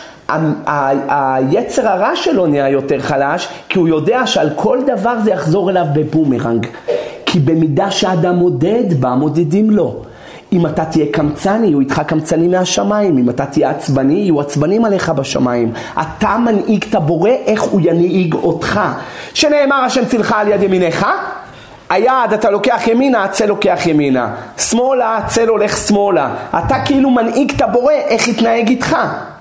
היצר הרע שלו נהיה יותר חלש, כי הוא יודע שעל כל דבר זה יחזור אליו בבומרנג. כי במידה שאדם מודד בה, מודדים לו. אם אתה תהיה קמצני, יהיו איתך קמצני מהשמיים. אם אתה תהיה עצבני, יהיו עצבנים עליך בשמיים. אתה מנהיג את הבורא, איך הוא ינהיג אותך. שנאמר השם צילך על יד ימינך, היד אתה לוקח ימינה, הצל לוקח ימינה. שמאלה, הצל הולך שמאלה. אתה כאילו מנהיג את הבורא, איך יתנהג איתך.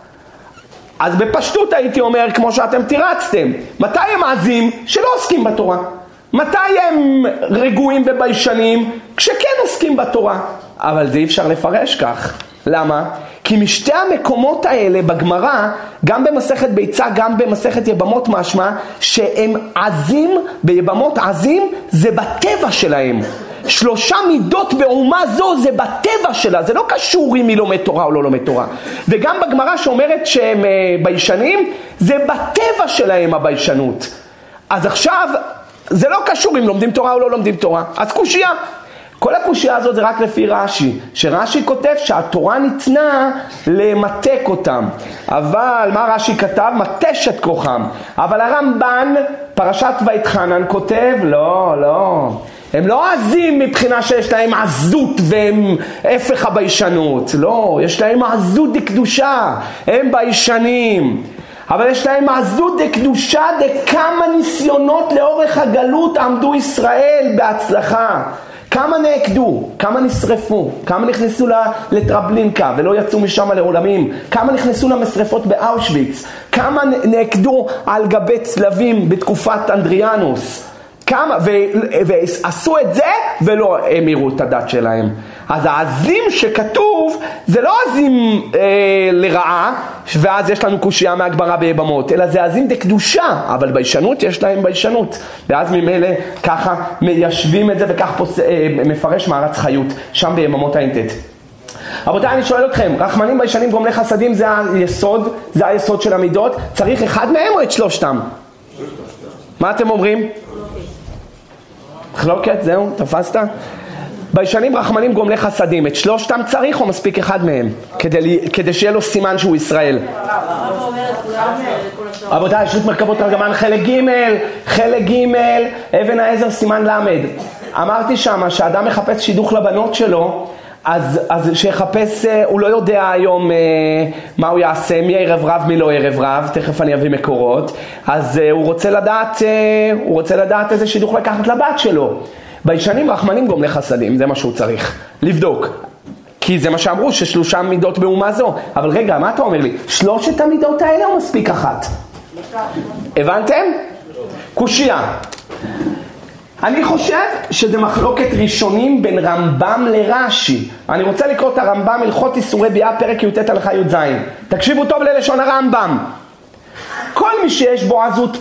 אז בפשטות הייתי אומר, כמו שאתם תירצתם, מתי הם עזים? שלא עוסקים בתורה. מתי הם רגועים וביישנים? כשכן עוסקים בתורה. אבל זה אי אפשר לפרש כך. למה? כי משתי המקומות האלה בגמרא, גם במסכת ביצה, גם במסכת יבמות משמע, שהם עזים, ביבמות עזים, זה בטבע שלהם. 3 מידות באומה זו זה בטבע שלה, זה לא קשור אם היא לומד תורה או לא לומד תורה. וגם בגמרא שאומרת שהם ביישנים, זה בטבע שלהם הביישנות. אז עכשיו, זה לא קשור אם לומדים תורה או לא לומדים תורה. אז קושיה. כל הקושיה הזאת זה רק לפי רש"י, שרש"י כותב שהתורה ניתנה למתק אותם. אבל מה רש"י כתב? מתש את כוחם. אבל הרמב"ן, פרשת ויתחנן, כותב, לא. הם לא עזים מבחינה שיש להם עזות והם הפך הביישנות. לא, יש להם עזות דקדושה, הם ביישנים. אבל יש להם עזות דקדושה דכמה ניסיונות לאורך הגלות עמדו ישראל בהצלחה. כמה נעקדו, כמה נשרפו, כמה נכנסו לטרבלינקה ולא יצאו משם לעולמים, כמה נכנסו למשרפות באושוויץ, כמה נעקדו על גבי צלבים בתקופת אנדריאנוס, כמה, ועשו את זה ולא אמירו את הדת שלהם. אז העזים שכתוב זה לא עזים לרעה, ואז יש לנו קושיה מהגמרא ביבמות, אלא זה עזים דקדושה, אבל ביישנות יש להם ביישנות. ואז ממילא ככה מיישבים את זה, וכך מפרש מערץ חיות, שם ביבמות ע"ט. רבותיי, אני שואל אתכם, רחמנים ביישנים גומלי חסדים זה היסוד, זה היסוד של המידות, צריך אחד מהם או את שלושתם? מה אתם אומרים? מחלוקת, זהו, תפסת? ביישנים רחמנים גומלי חסדים, את שלושתם צריך או מספיק אחד מהם? כדי שיהיה לו סימן שהוא ישראל. רבותיי, שו"ת מרכבות תרגמן חלק ג', אבן העזר סימן למד. אמרתי שמה שאדם מחפש שידוך לבנות שלו, אז שיחפש, הוא לא יודע היום מה הוא יעשה, מי ערב רב, מי לא ערב רב, תכף אני אביא מקורות, אז הוא רוצה לדעת איזה שידוך לקחת לבת שלו. בישנים רחמנים גומלי חסדים, זה מה שהוא צריך לבדוק. כי זה מה שאמרו, ששלושה מידות באומה זו. אבל רגע, מה אתה אומר לי? שלושת המידות האלה או מספיק אחת? הבנתם? קושיה. אני חושב שזה מחלוקת ראשונים בין רמב"ם לרש"י. אני רוצה לקרוא את הרמב"ם הלכות איסורי ביאה פרק י"ט הלכה י"ז. תקשיבו טוב ללשון הרמב"ם. כל מי שיש בו עזות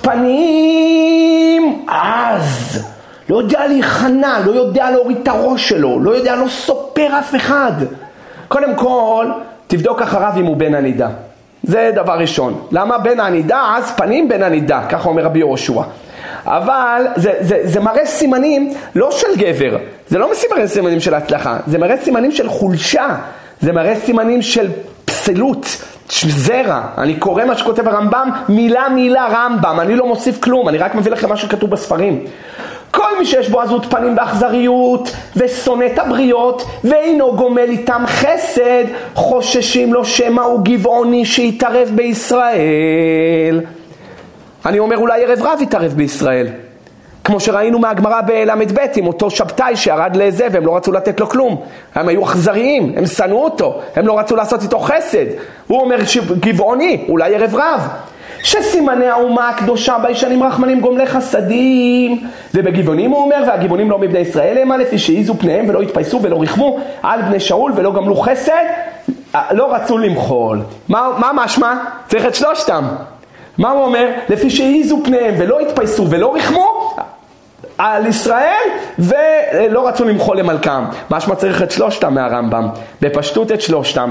פנים, אז לא יודע להיכנע, לא יודע להוריד את הראש שלו, לא יודע לא סופר אף אחד. קודם כל, תבדוק אחריו אם הוא בן הנידה. זה דבר ראשון. למה בן הנידה? אז פנים בן הנידה, ככה אומר רבי יהושע. אבל זה מראה סימנים לא של גבר, זה לא מראה סימנים של הצלחה, זה מראה סימנים של חולשה, זה מראה סימנים של פסלות, זרע. אני קורא מה שכותב הרמב"ם, מילה מילה רמב"ם, אני לא מוסיף כלום, אני רק מביא לכם מה שכתוב בספרים. כל מי שיש בו עזות פנים באכזריות ושונא את הבריות ואינו גומל איתם חסד, חוששים לו שמא הוא גבעוני שיתערב בישראל. אני אומר אולי ערב רב יתערב בישראל, כמו שראינו מהגמרא בל"ב עם אותו שבתאי שירד לזה והם לא רצו לתת לו כלום, הם היו אכזריים, הם שנאו אותו, הם לא רצו לעשות איתו חסד. הוא אומר גבעוני, אולי ערב רב. שסימני האומה הקדושה בישנים רחמנים גומלי חסדים, ובגבעונים הוא אומר, והגבעונים לא מבני ישראל הם, לפי שהעיזו פניהם ולא התפייסו ולא רחמו על בני שאול ולא גמלו חסד, לא רצו למחול. מה משמע? צריך את שלושתם. מה הוא אומר? לפי שהעיזו פניהם ולא התפייסו ולא רחמו על ישראל ולא רצו למחול למלכם. משמע צריך את שלושתם מהרמב"ם, בפשטות את שלושתם.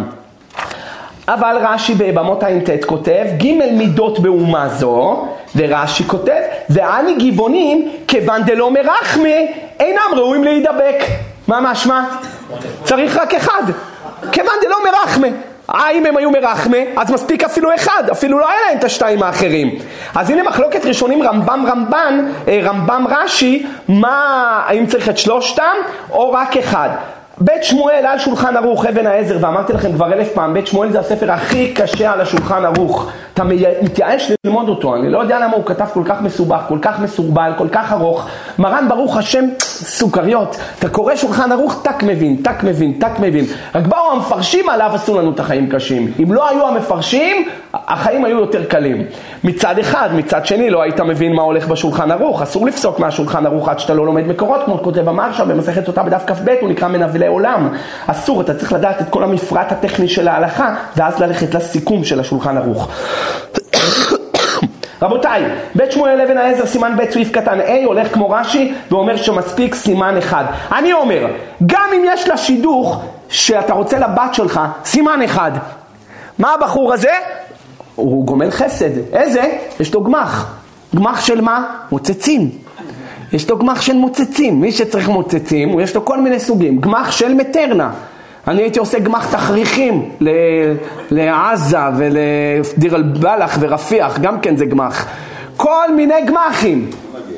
אבל רש"י בבמות ע"ט כותב ג' מידות באומה זו, ורש"י כותב ועני גבעונים כיוון דלא מרחמה אינם ראויים להידבק. מה משמע? צריך רק אחד, כיוון דלא מרחמה. אם הם היו מרחמה, אז מספיק אפילו אחד, אפילו לא היה להם את השתיים האחרים. אז הנה מחלוקת ראשונים רמב"ם רש"י, האם צריך את שלושתם או רק אחד. בית שמואל על שולחן ערוך אבן העזר, ואמרתי לכם כבר 1000 פעם, בית שמואל זה הספר הכי קשה על השולחן ערוך. אתה מתייאש ללמוד אותו, אני לא יודע למה הוא כתב כל כך מסובך, כל כך מסורבל, כל כך ארוך. מרן ברוך השם סוכריות, אתה קורא שולחן ערוך, תק מבין. רק באו המפרשים עליו עשו לנו את החיים קשים. אם לא היו המפרשים, החיים היו יותר קלים. מצד אחד, מצד שני לא היית מבין מה הולך בשולחן ערוך. אסור לפסוק מהשולחן ערוך עד שאתה לא לומד מקורות, כמו כותב המהרש"א במסכת אותה בדף כ"ב, הוא נקרא מנבלי עולם. אסור, אתה צריך לדעת את כל המפרט הטכני של ההלכה, ואז ללכת לסיכום של השולחן ערוך. רבותיי, בית שמואל אבן העזר סימן ב' סעיף קטן A הולך כמו רש"י ואומר שמספיק סימן אחד. אני אומר, גם אם יש לה שידוך שאתה רוצה לבת שלך, סימן אחד. מה הבחור הזה? הוא גומל חסד. איזה? יש לו גמח. גמח של מה? מוצצים. יש לו גמח של מוצצים. מי שצריך מוצצים, יש לו כל מיני סוגים. גמח של מטרנה. אני הייתי עושה גמח תחריכים לעזה ולדיר אל-בלח ורפיח, גם כן זה גמח. כל מיני גמחים.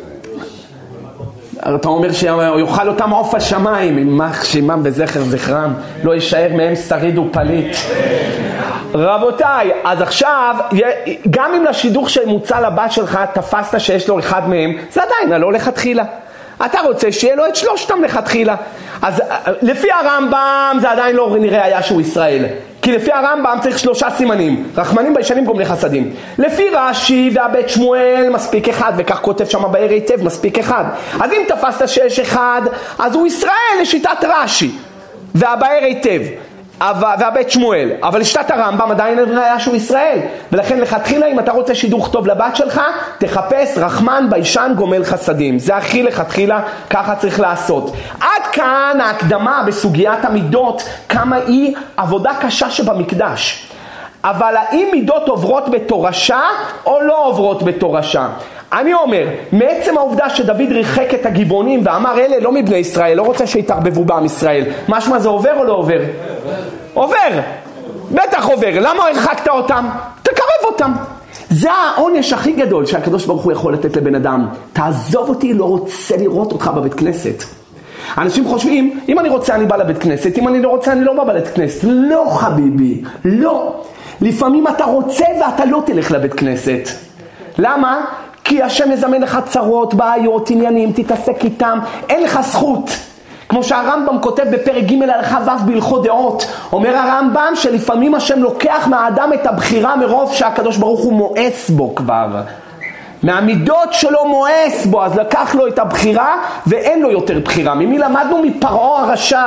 אתה אומר שיוכל אותם עוף השמיים, יימח שמם בזכר זכרם, לא יישאר מהם שריד ופליט. רבותיי, אז עכשיו, גם אם לשידוך שמוצא לבת שלך תפסת שיש לו אחד מהם, זה עדיין לא לכתחילה. אתה רוצה שיהיה לו את שלושתם לכתחילה. אז לפי הרמב"ם זה עדיין לא נראה היה שהוא ישראל. כי לפי הרמב"ם צריך 3 סימנים. רחמנים בישנים גומלי חסדים. לפי רש"י והבית שמואל מספיק אחד, וכך כותב שם באר היטב, מספיק אחד. אז אם תפסת שיש אחד, אז הוא ישראל לשיטת רש"י. והבאר היטב. והבית שמואל, אבל לשיטת הרמב"ם עדיין נראה שהוא ישראל, ולכן לכתחילה אם אתה רוצה שידוך טוב לבת שלך, תחפש רחמן ביישן גומל חסדים. זה הכי לכתחילה, ככה צריך לעשות. עד כאן ההקדמה בסוגיית המידות, כמה היא עבודה קשה שבמקדש. אבל האם מידות עוברות בתורשה או לא עוברות בתורשה? אני אומר, מעצם העובדה שדוד ריחק את הגבעונים ואמר אלה לא מבני ישראל, לא רוצה שיתערבבו בעם ישראל, משמע זה עובר או לא עובר? עובר, בטח עובר. למה הרחקת אותם? תקרב אותם. זה העונש הכי גדול שהקדוש ברוך הוא יכול לתת לבן אדם. תעזוב אותי, לא רוצה לראות אותך בבית כנסת. אנשים חושבים, אם אני רוצה אני בא לבית כנסת, אם אני לא רוצה אני לא בא לבית כנסת. לא חביבי, לא. לפעמים אתה רוצה ואתה לא תלך לבית כנסת. למה? כי השם יזמן לך צרות, בעיות, עניינים, תתעסק איתם, אין לך זכות. כמו שהרמב"ם כותב בפרק ג' הלכה ו' בהלכות דעות, אומר הרמב"ם שלפעמים השם לוקח מהאדם את הבחירה מרוב שהקדוש ברוך הוא מואס בו כבר. מהמידות שלו מואס בו, אז לקח לו את הבחירה ואין לו יותר בחירה. ממי למדנו? מפרעה הרשע.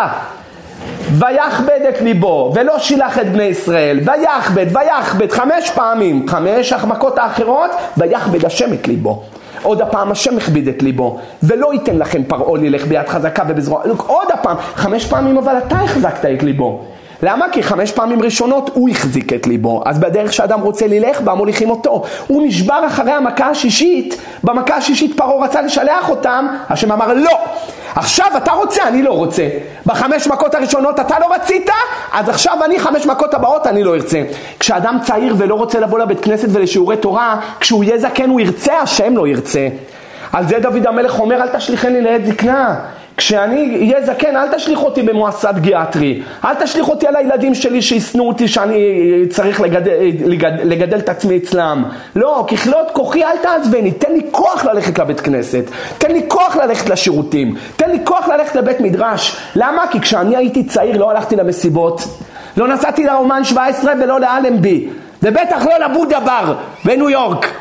ויכבד את ליבו ולא שילח את בני ישראל, ויכבד 5 פעמים, 5 המכות האחרות, ויכבד השם את ליבו. עוד הפעם השם הכביד את ליבו, ולא ייתן לכם פרעה ללך ביד חזקה ובזרוע. עוד הפעם, 5 פעמים אבל אתה החזקת את ליבו. למה? כי 5 פעמים ראשונות הוא החזיק את ליבו. אז בדרך שאדם רוצה ללך, במוליכים אותו. הוא נשבר אחרי המכה השישית. במכה השישית פרעה רצה לשלח אותם, השם אמר לא. עכשיו אתה רוצה, אני לא רוצה. ב5 מכות הראשונות אתה לא רצית, אז עכשיו אני 5 מכות הבאות אני לא ארצה. כשאדם צעיר ולא רוצה לבוא לבית כנסת ולשיעורי תורה, כשהוא יהיה זקן הוא ירצה, השם לא ירצה. על זה דוד המלך אומר, אל תשליחני לעת זקנה. כשאני אהיה זקן, אל תשליח אותי במועסד גיאטרי. אל תשליח אותי על הילדים שלי שיסנו אותי שאני צריך לגדל את עצמי אצלם. לא, ככלות כוחי אל תעזבני. תן לי כוח ללכת לבית כנסת. תן לי כוח ללכת לשירותים. תן לי כוח ללכת לבית מדרש. למה? כי כשאני הייתי צעיר לא הלכתי למסיבות. לא נסעתי לאומן 17 ולא לאלנבי. ובטח לא לבודה בר בניו יורק.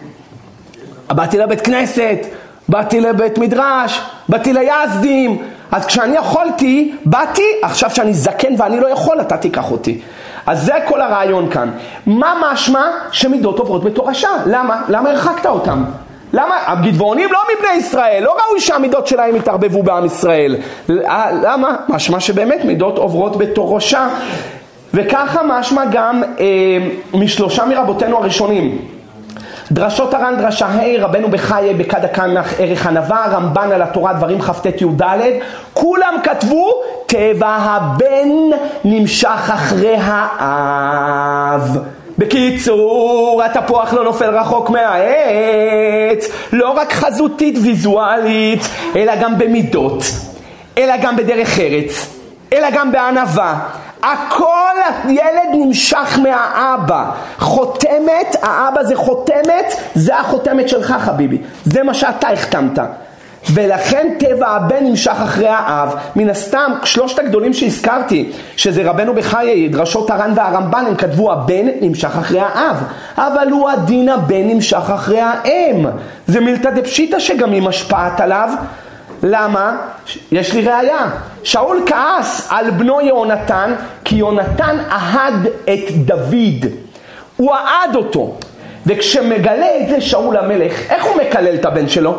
באתי לבית כנסת. באתי לבית מדרש, באתי ליזדים, אז כשאני יכולתי, באתי, עכשיו שאני זקן ואני לא יכול, אתה תיקח אותי. אז זה כל הרעיון כאן. מה משמע? שמידות עוברות בתורשה. למה? למה הרחקת אותם? למה? הגדבונים לא מבני ישראל, לא ראוי שהמידות שלהם יתערבבו בעם ישראל. למה? משמע שבאמת מידות עוברות בתורשה. וככה משמע גם משלושה מרבותינו הראשונים. דרשות הר"ן דרשה ה' רבנו בחיי בכד הקמח ערך ענווה, רמב"ן על התורה דברים כ"ט י"ד, כולם כתבו טבע הבן נמשך אחרי האב. בקיצור, התפוח לא נופל רחוק מהעץ, לא רק חזותית ויזואלית, אלא גם במידות, אלא גם בדרך ארץ, אלא גם בענווה. הכל ילד נמשך מהאבא. חותמת, האבא זה חותמת, זה החותמת שלך חביבי, זה מה שאתה החתמת. ולכן טבע הבן נמשך אחרי האב. מן הסתם שלושת הגדולים שהזכרתי, שזה רבנו בחיי, דרשות הר"ן והרמב"ן, הם כתבו הבן נמשך אחרי האב, אבל הוא הדין הבן נמשך אחרי האם. זה מילתא דפשיטא שגם היא משפעת עליו. למה? יש לי ראיה. שאול כעס על בנו יהונתן, כי יהונתן אהד את דוד. הוא אהד אותו. וכשמגלה את זה שאול המלך, איך הוא מקלל את הבן שלו?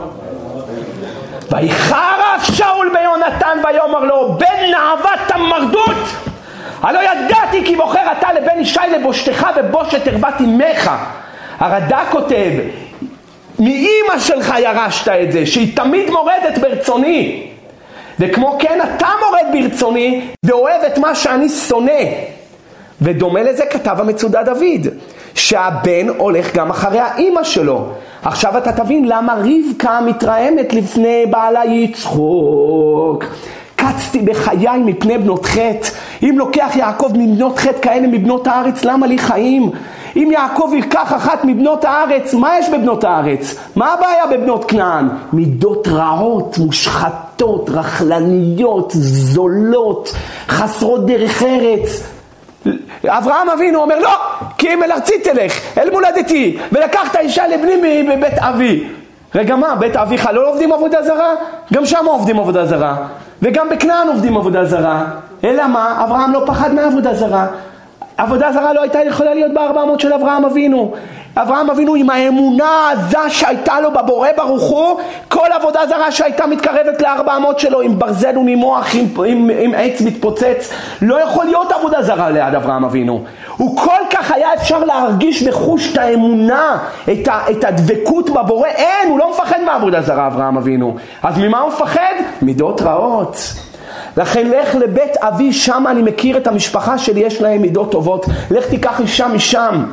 ויחרף שאול ביהונתן ויאמר לו, בן נאוות המרדות, הלא ידעתי כי בוחר אתה לבן ישי לבושתך ובושת הרבת אמך. הרד"ק כותב, מאמא שלך ירשת את זה, שהיא תמיד מורדת ברצוני. וכמו כן אתה מורד ברצוני ואוהב את מה שאני שונא. ודומה לזה כתב המצודה דוד, שהבן הולך גם אחרי האמא שלו. עכשיו אתה תבין למה רבקה מתרעמת לפני בעלה יצחוק. קצתי בחיי מפני בנות חטא. אם לוקח יעקב מבנות חטא כאלה מבנות הארץ, למה לי חיים? אם יעקב יקח אחת מבנות הארץ, מה יש בבנות הארץ? מה הבעיה בבנות כנען? מידות רעות, מושחתות, רחלניות, זולות, חסרות דרך ארץ. אברהם אבינו אומר לא, כי אם אל ארצי תלך, אל מולדתי, ולקחת אישה לבני מבית אבי. רגע מה, בית אביך לא עובדים עבודה זרה? גם שם עובדים עבודה זרה, וגם בכנען עובדים עבודה זרה. אלא מה? אברהם לא פחד מעבודה זרה. עבודה זרה לא הייתה יכולה להיות ב400 של אברהם אבינו. אברהם אבינו עם האמונה הזה שהייתה לו בבורא ברוך הוא, כל עבודה זרה שהייתה מתקרבת ל400 שלו עם ברזל ונימוח, עם עץ מתפוצץ, לא יכול להיות עבודה זרה ליד אברהם אבינו. הוא כל כך היה אפשר להרגיש בחוש את האמונה, את הדבקות בבורא. אין, הוא לא מפחד מעבודה זרה אברהם אבינו. אז ממה הוא מפחד? מידות רעות. לכן לך לבית אבי, שם אני מכיר את המשפחה שלי, יש להם מידות טובות. לך תיקח אישה משם.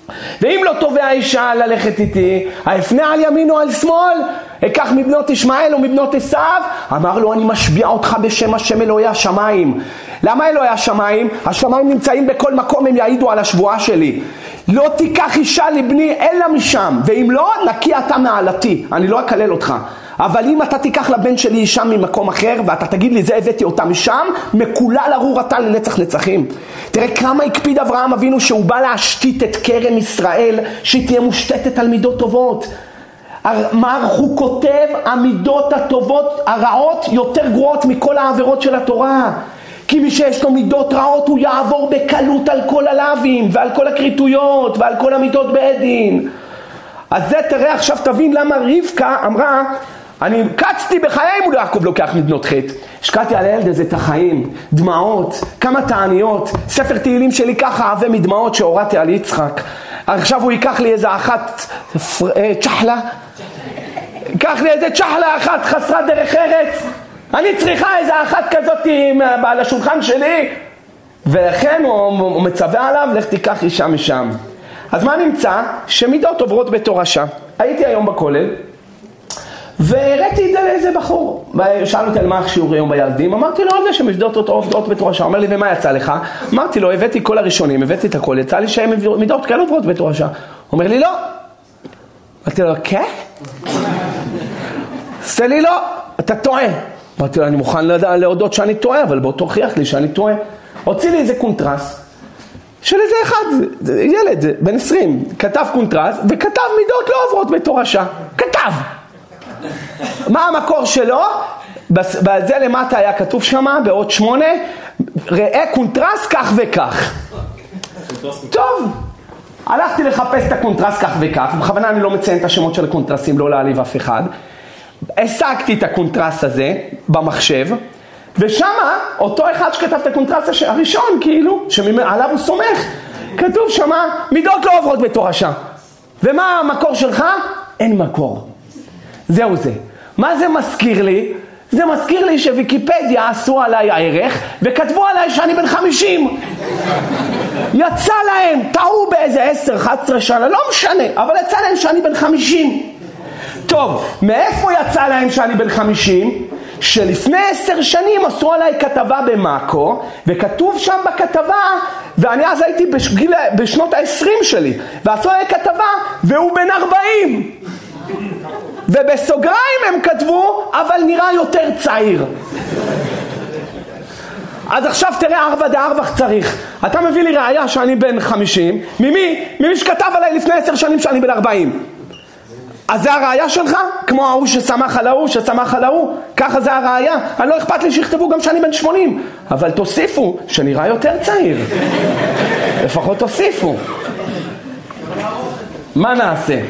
ואם לא תובע האישה ללכת איתי, האפנה על ימין או על שמאל, אקח מבנות ישמעאל או מבנות עשיו. אמר לו, אני משביע אותך בשם השם אלוהי השמיים. למה אלוהי השמיים? השמיים נמצאים בכל מקום, הם יעידו על השבועה שלי. לא תיקח אישה לבני אלא משם, ואם לא, נקי אתה מעלתי, אני לא אקלל אותך. אבל אם אתה תיקח לבן שלי אישה ממקום אחר, ואתה תגיד לי, זה הבאתי אותה משם, מקולל ארור אתה לנצח נצחים. תראה כמה הקפיד אברהם אבינו שהוא בא להשתית את כרם ישראל, שהיא תהיה מושתתת על מידות טובות. הוא כותב, המידות הטובות, הרעות, יותר גרועות מכל העבירות של התורה. כי מי שיש לו מידות רעות, הוא יעבור בקלות על כל הלאווים, ועל כל הקריטויות, ועל כל המידות בעדין. אז זה תראה עכשיו תבין למה רבקה אמרה, אני קצתי בחיים מול יעקב לוקח מבנות חטא. השקעתי על הילד הזה את החיים, דמעות, כמה תעניות, ספר תהילים שלי ככה עבה מדמעות שהורדתי על יצחק. עכשיו הוא ייקח לי איזה אחת צ'חלה, ייקח לי איזה צ'חלה אחת חסרת דרך ארץ, אני צריכה איזה אחת כזאת על השולחן שלי. ולכן הוא מצווה עליו, לך תיקח אישה משם. אז מה נמצא? שמידות עוברות בתורשה. הייתי היום בכולל, והראיתי את זה לאיזה בחור. שאל אותי על מה השיעור היום בילדים, אמרתי לו על זה שמידות עוברות בתורשה. אומר לי, ומה יצא לך? אמרתי לו, הבאתי כל הראשונים, הבאתי את הכל, יצא לי שמידות כאלה עוברות בתורשה. אומר לי, לא. אמרתי לו, כן? עושה לי לא, אתה טועה. אמרתי לו, אני מוכן להודות שאני טועה, אבל בוא תוכיח לי שאני טועה. הוציא לי איזה קונטרס של איזה אחד, ילד בן 20, כתב קונטרס וכתב מידות לא עוברות בתורשה. כתב. מה המקור שלו? בזה למטה היה כתוב שמה, בעוד 8, ראה קונטרס כך וכך. טוב, הלכתי לחפש את הקונטרס כך וכך, בכוונה אני לא מציין את השמות של הקונטרסים, לא להעליב אף אחד. השגתי את הקונטרס הזה במחשב, ושמה אותו אחד שכתב את הקונטרס הראשון, כאילו, שעליו הוא סומך, כתוב שמה, מידות לא עוברות בתורשה. ומה המקור שלך? אין מקור. זהו זה. מה זה מזכיר לי? זה מזכיר לי שוויקיפדיה עשו עליי הערך, וכתבו עליי שאני בן 50. יצא להם, טעו באיזה 10-11 שנה, לא משנה, אבל יצא להם שאני בן 50. טוב, מאיפה יצא להם שאני בן 50? שלפני 10 שנים עשו עליי כתבה במאקו, וכתוב שם בכתבה, ואני אז הייתי בשנות ה-20 שלי, ועשו עליי כתבה, והוא בן 40. ובסוגריים הם כתבו, אבל נראה יותר צעיר. אז עכשיו תראה 4 דארבך צריך. אתה מביא לי ראיה שאני בן 50, ממי שכתב עליי לפני 10 שנים שאני בן 40. אז זה הראיה שלך? כמו ההוא ששמח על ההוא, ששמח על ההוא? ככה זה הראיה? אני לא אכפת לי שיכתבו גם שאני בן 80, אבל תוסיפו שנראה יותר צעיר. לפחות תוסיפו. מה נעשה?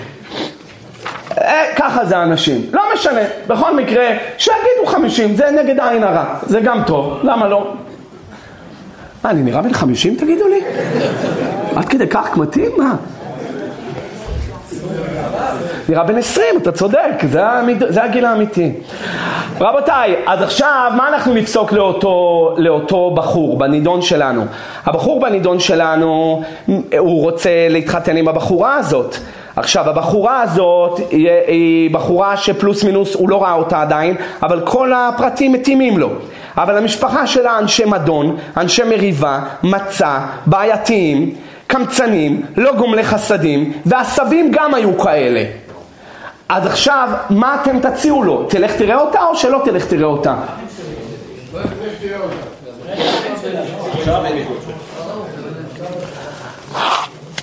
ככה זה אנשים. לא משנה. בכל מקרה, שיגידו 50, זה נגד עין הרע. זה גם טוב. למה לא? אני נראה בן 50 תגידו לי? עד כדי כך מתאים? מה? נראה בן 20, אתה צודק, זה הגיל האמיתי. רבותיי, אז עכשיו מה אנחנו נפסוק לאותו בחור בנידון שלנו? הבחור בנידון שלנו, הוא רוצה להתחתן עם הבחורה הזאת. עכשיו, הבחורה הזאת היא בחורה שפלוס מינוס, הוא לא ראה אותה עדיין, אבל כל הפרטים מתאימים לו. אבל המשפחה שלה אנשי מדון, אנשי מריבה, מצע, בעייתיים, קמצנים, לא גומלי חסדים, והסבים גם היו כאלה. אז עכשיו, מה אתם תציעו לו? תלך תראה אותה או שלא תלך תראה אותה? לא תלך תראה אותה.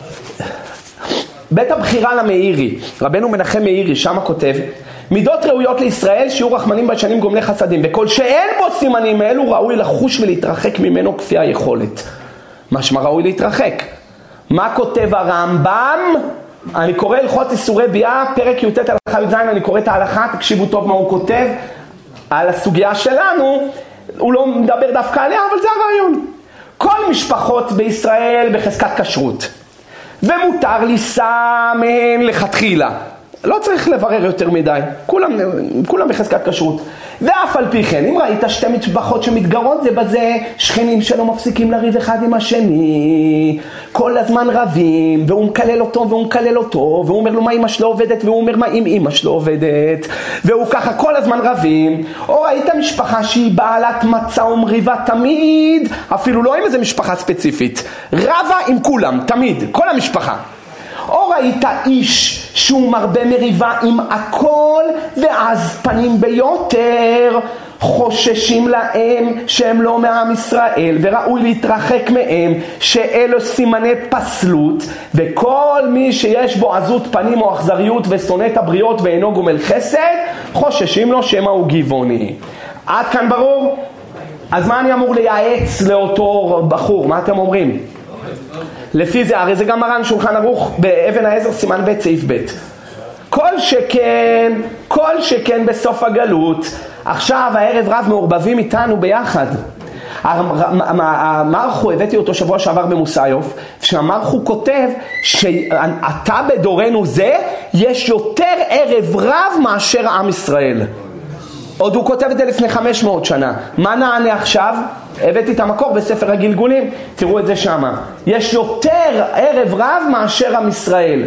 בית הבחירה למאירי, רבנו מנחם מאירי, שם כותב, מידות ראויות לישראל, שיעור רחמנים בשנים גומלי חסדים, וכל שאין בו סימנים אלו ראוי לחוש ולהתרחק ממנו כפי היכולת. משמע ראוי להתרחק. מה כותב הרמב"ם? אני קורא הלכות איסורי ביאה, פרק י"ט הלכה י"ז, אני קורא את ההלכה, תקשיבו טוב מה הוא כותב על הסוגיה שלנו, הוא לא מדבר דווקא עליה, אבל זה הרעיון. כל משפחות בישראל בחזקת כשרות, ומותר לישא מהן לכתחילה. לא צריך לברר יותר מדי, כולם בחזקת כשרות. ואף על פי כן, אם ראית שתי משפחות שמתגרות זה בזה, שכנים שלא מפסיקים לריב אחד עם השני, כל הזמן רבים, והוא מקלל אותו והוא מקלל אותו, והוא אומר לו מה אמא שלו עובדת, והוא אומר מה אם אמא שלו עובדת, והוא ככה כל הזמן רבים. או ראית משפחה שהיא בעלת מצע ומריבה תמיד, אפילו לא עם איזה משפחה ספציפית, רבה עם כולם, תמיד, כל המשפחה. או ראית איש שהוא מרבה מריבה עם הכל, ואז פנים ביותר, חוששים להם שהם לא מעם ישראל, וראוי להתרחק מהם, שאלו סימני פסלות, וכל מי שיש בו עזות פנים או אכזריות ושונא את הבריות ואינו גומל חסד, חוששים לו שמא הוא גבעוני. עד כאן ברור? אז מה אני אמור לייעץ לאותו בחור? מה אתם אומרים? לפי זה, הרי זה גם מרן שולחן ערוך באבן העזר סימן ב' סעיף ב'. כל שכן בסוף הגלות, עכשיו הערב רב מעורבבים איתנו ביחד. המרחו, הבאתי אותו שבוע שעבר במוסיוף, שהמרחו כותב שאתה בדורנו זה, יש יותר ערב רב מאשר עם ישראל. עוד הוא כותב את זה לפני 500 שנה. מה נענה עכשיו? הבאתי את המקור בספר הגלגולים, תראו את זה שמה. יש יותר ערב רב מאשר עם ישראל.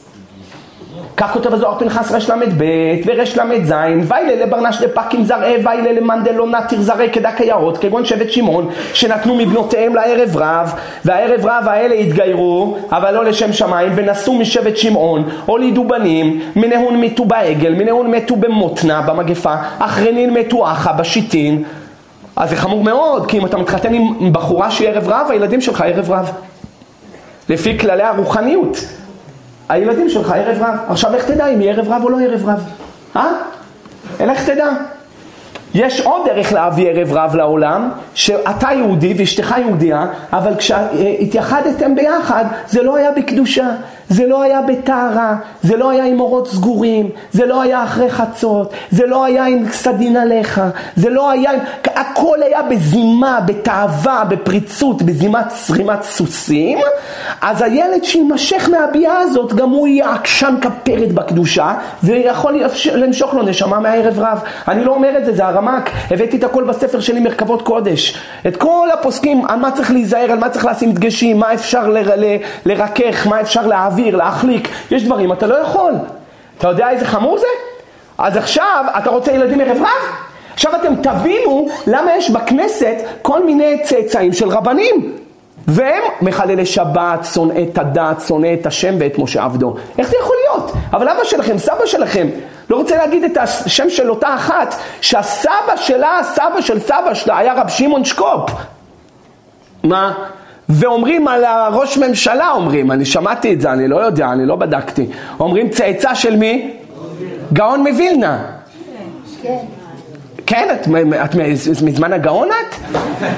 כך כותב הזוהר פנחס רש למד ב' ורש למד זין, ויילה לברנש דפקים זרעי, ויילה למנדלונה תרזרי כדק היערות, כגון שבט שמעון, שנתנו מבנותיהם לערב רב, והערב רב האלה התגיירו, אבל לא לשם שמיים, ונסו משבט שמעון, הולידו בנים, מנהון מתו בעגל, מנהון מתו במותנה, במגפה, אחרנין מתו אחא, בשיטין. אז זה חמור מאוד, כי אם אתה מתחתן עם בחורה שהיא ערב רב, הילדים שלך ערב רב. לפי כללי הרוחניות. הילדים שלך ערב רב. עכשיו איך תדע אם היא ערב רב או לא ערב רב? איך תדע? יש עוד דרך להביא ערב רב לעולם, שאתה יהודי ואשתך יהודיה, אבל כשהתייחדתם ביחד, זה לא היה בקדושה, זה לא היה בטהרה, זה לא היה עם אורות סגורים, זה לא היה אחרי חצות, זה לא היה עם סדין עליך, זה לא היה, הכל היה בזימה, בתאווה, בפריצות, בזימת שרימת סוסים. אז הילד שימשך מהביאה הזאת, גם הוא יהיה עקשן כפרת בקדושה, ויכול למשוך לו נשמה מהערב רב. אני לא אומר את זה, זה הרמק, הבאתי את הכל בספר שלי מרכבות קודש, את כל הפוסקים על מה צריך להיזהר, על מה צריך לשים דגשים, מה אפשר לרכך, מה אפשר להעביר, להחליק. יש דברים אתה לא יכול. אתה יודע איזה חמור זה? אז עכשיו אתה רוצה ילדים ערב רב? עכשיו אתם תבינו למה יש בכנסת כל מיני צאצאים של רבנים, והם מחללי שבת, שונאי את הדת, שונאי את השם ואת משה עבדו. איך זה יכול להיות? אבל אבא שלכם, סבא שלכם, לא רוצה להגיד את השם של אותה אחת, שהסבא שלה, הסבא של סבא שלה היה רב שמעון שקופ. מה? ואומרים על הראש ממשלה, אומרים, אני שמעתי את זה, אני לא יודע, אני לא בדקתי. אומרים צאצא של מי? גאון מווילנה. כן. כן, את מזמן הגאון את?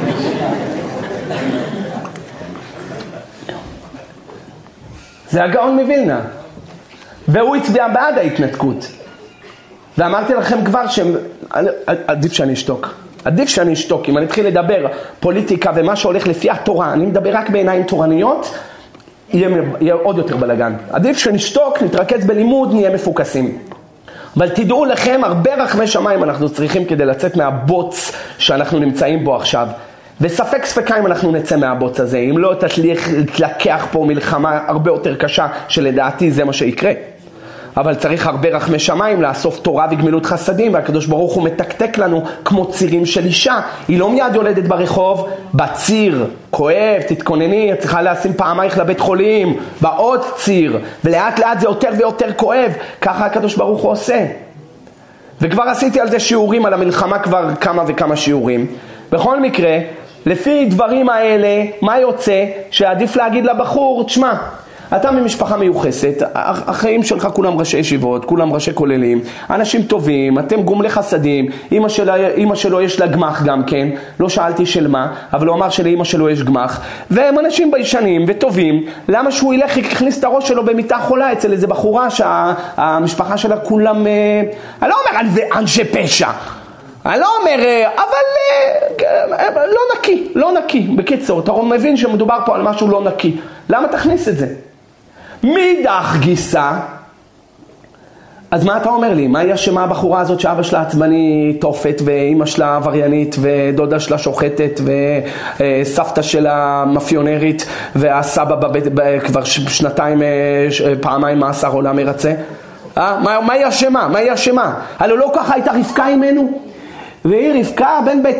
זה הגאון מווילנה. והוא הצביע בעד ההתנתקות. ואמרתי לכם כבר שעדיף שאני אשתוק. עדיף שאני אשתוק. אם אני אתחיל לדבר פוליטיקה ומה שהולך לפי התורה, אני מדבר רק בעיניים תורניות, יהיה עוד יותר בלגן. עדיף שנשתוק, נתרכז בלימוד, נהיה מפוקסים. אבל תדעו לכם, הרבה רחמי שמיים אנחנו צריכים כדי לצאת מהבוץ שאנחנו נמצאים בו עכשיו. וספק ספקה אם אנחנו נצא מהבוץ הזה, אם לא תלקח פה מלחמה הרבה יותר קשה, שלדעתי זה מה שיקרה. אבל צריך הרבה רחמי שמיים לאסוף תורה וגמילות חסדים, והקדוש ברוך הוא מתקתק לנו כמו צירים של אישה. היא לא מיד יולדת ברחוב, בציר, כואב, תתכונני, צריכה לשים פעמייך לבית חולים, בעוד ציר, ולאט לאט זה יותר ויותר כואב, ככה הקדוש ברוך הוא עושה. וכבר עשיתי על זה שיעורים, על המלחמה כבר כמה וכמה שיעורים. בכל מקרה, לפי דברים האלה, מה יוצא? שעדיף להגיד לבחור, תשמע, אתה ממשפחה מיוחסת, החיים שלך כולם ראשי ישיבות, כולם ראשי כוללים, אנשים טובים, אתם גומלי חסדים, אמא שלו יש לה גמח גם כן, לא שאלתי של מה, אבל הוא אמר שלאמא שלו יש גמח, והם אנשים ביישנים וטובים, למה שהוא ילך יכניס את הראש שלו במיטה חולה אצל איזה בחורה שהמשפחה שלה כולם, אני לא אומר על זה אנשי פשע, אני לא אומר, אבל לא נקי, בקיצור, אתה מבין שמדובר פה על משהו לא נקי, למה תכניס את זה? מידך גיסה, אז מה אתה אומר לי? מה היא אשמה הבחורה הזאת שאבא שלה עצבני תופת ואמא שלה עבריינית ודודה שלה שוחטת וסבתא שלה מאפיונרית והסבא כבר שנתיים פעמיים מאסר עולם מרצה? מה היא אשמה? מה היא אשמה? הלוא לא ככה הייתה רבקה אימנו? והיא רבקה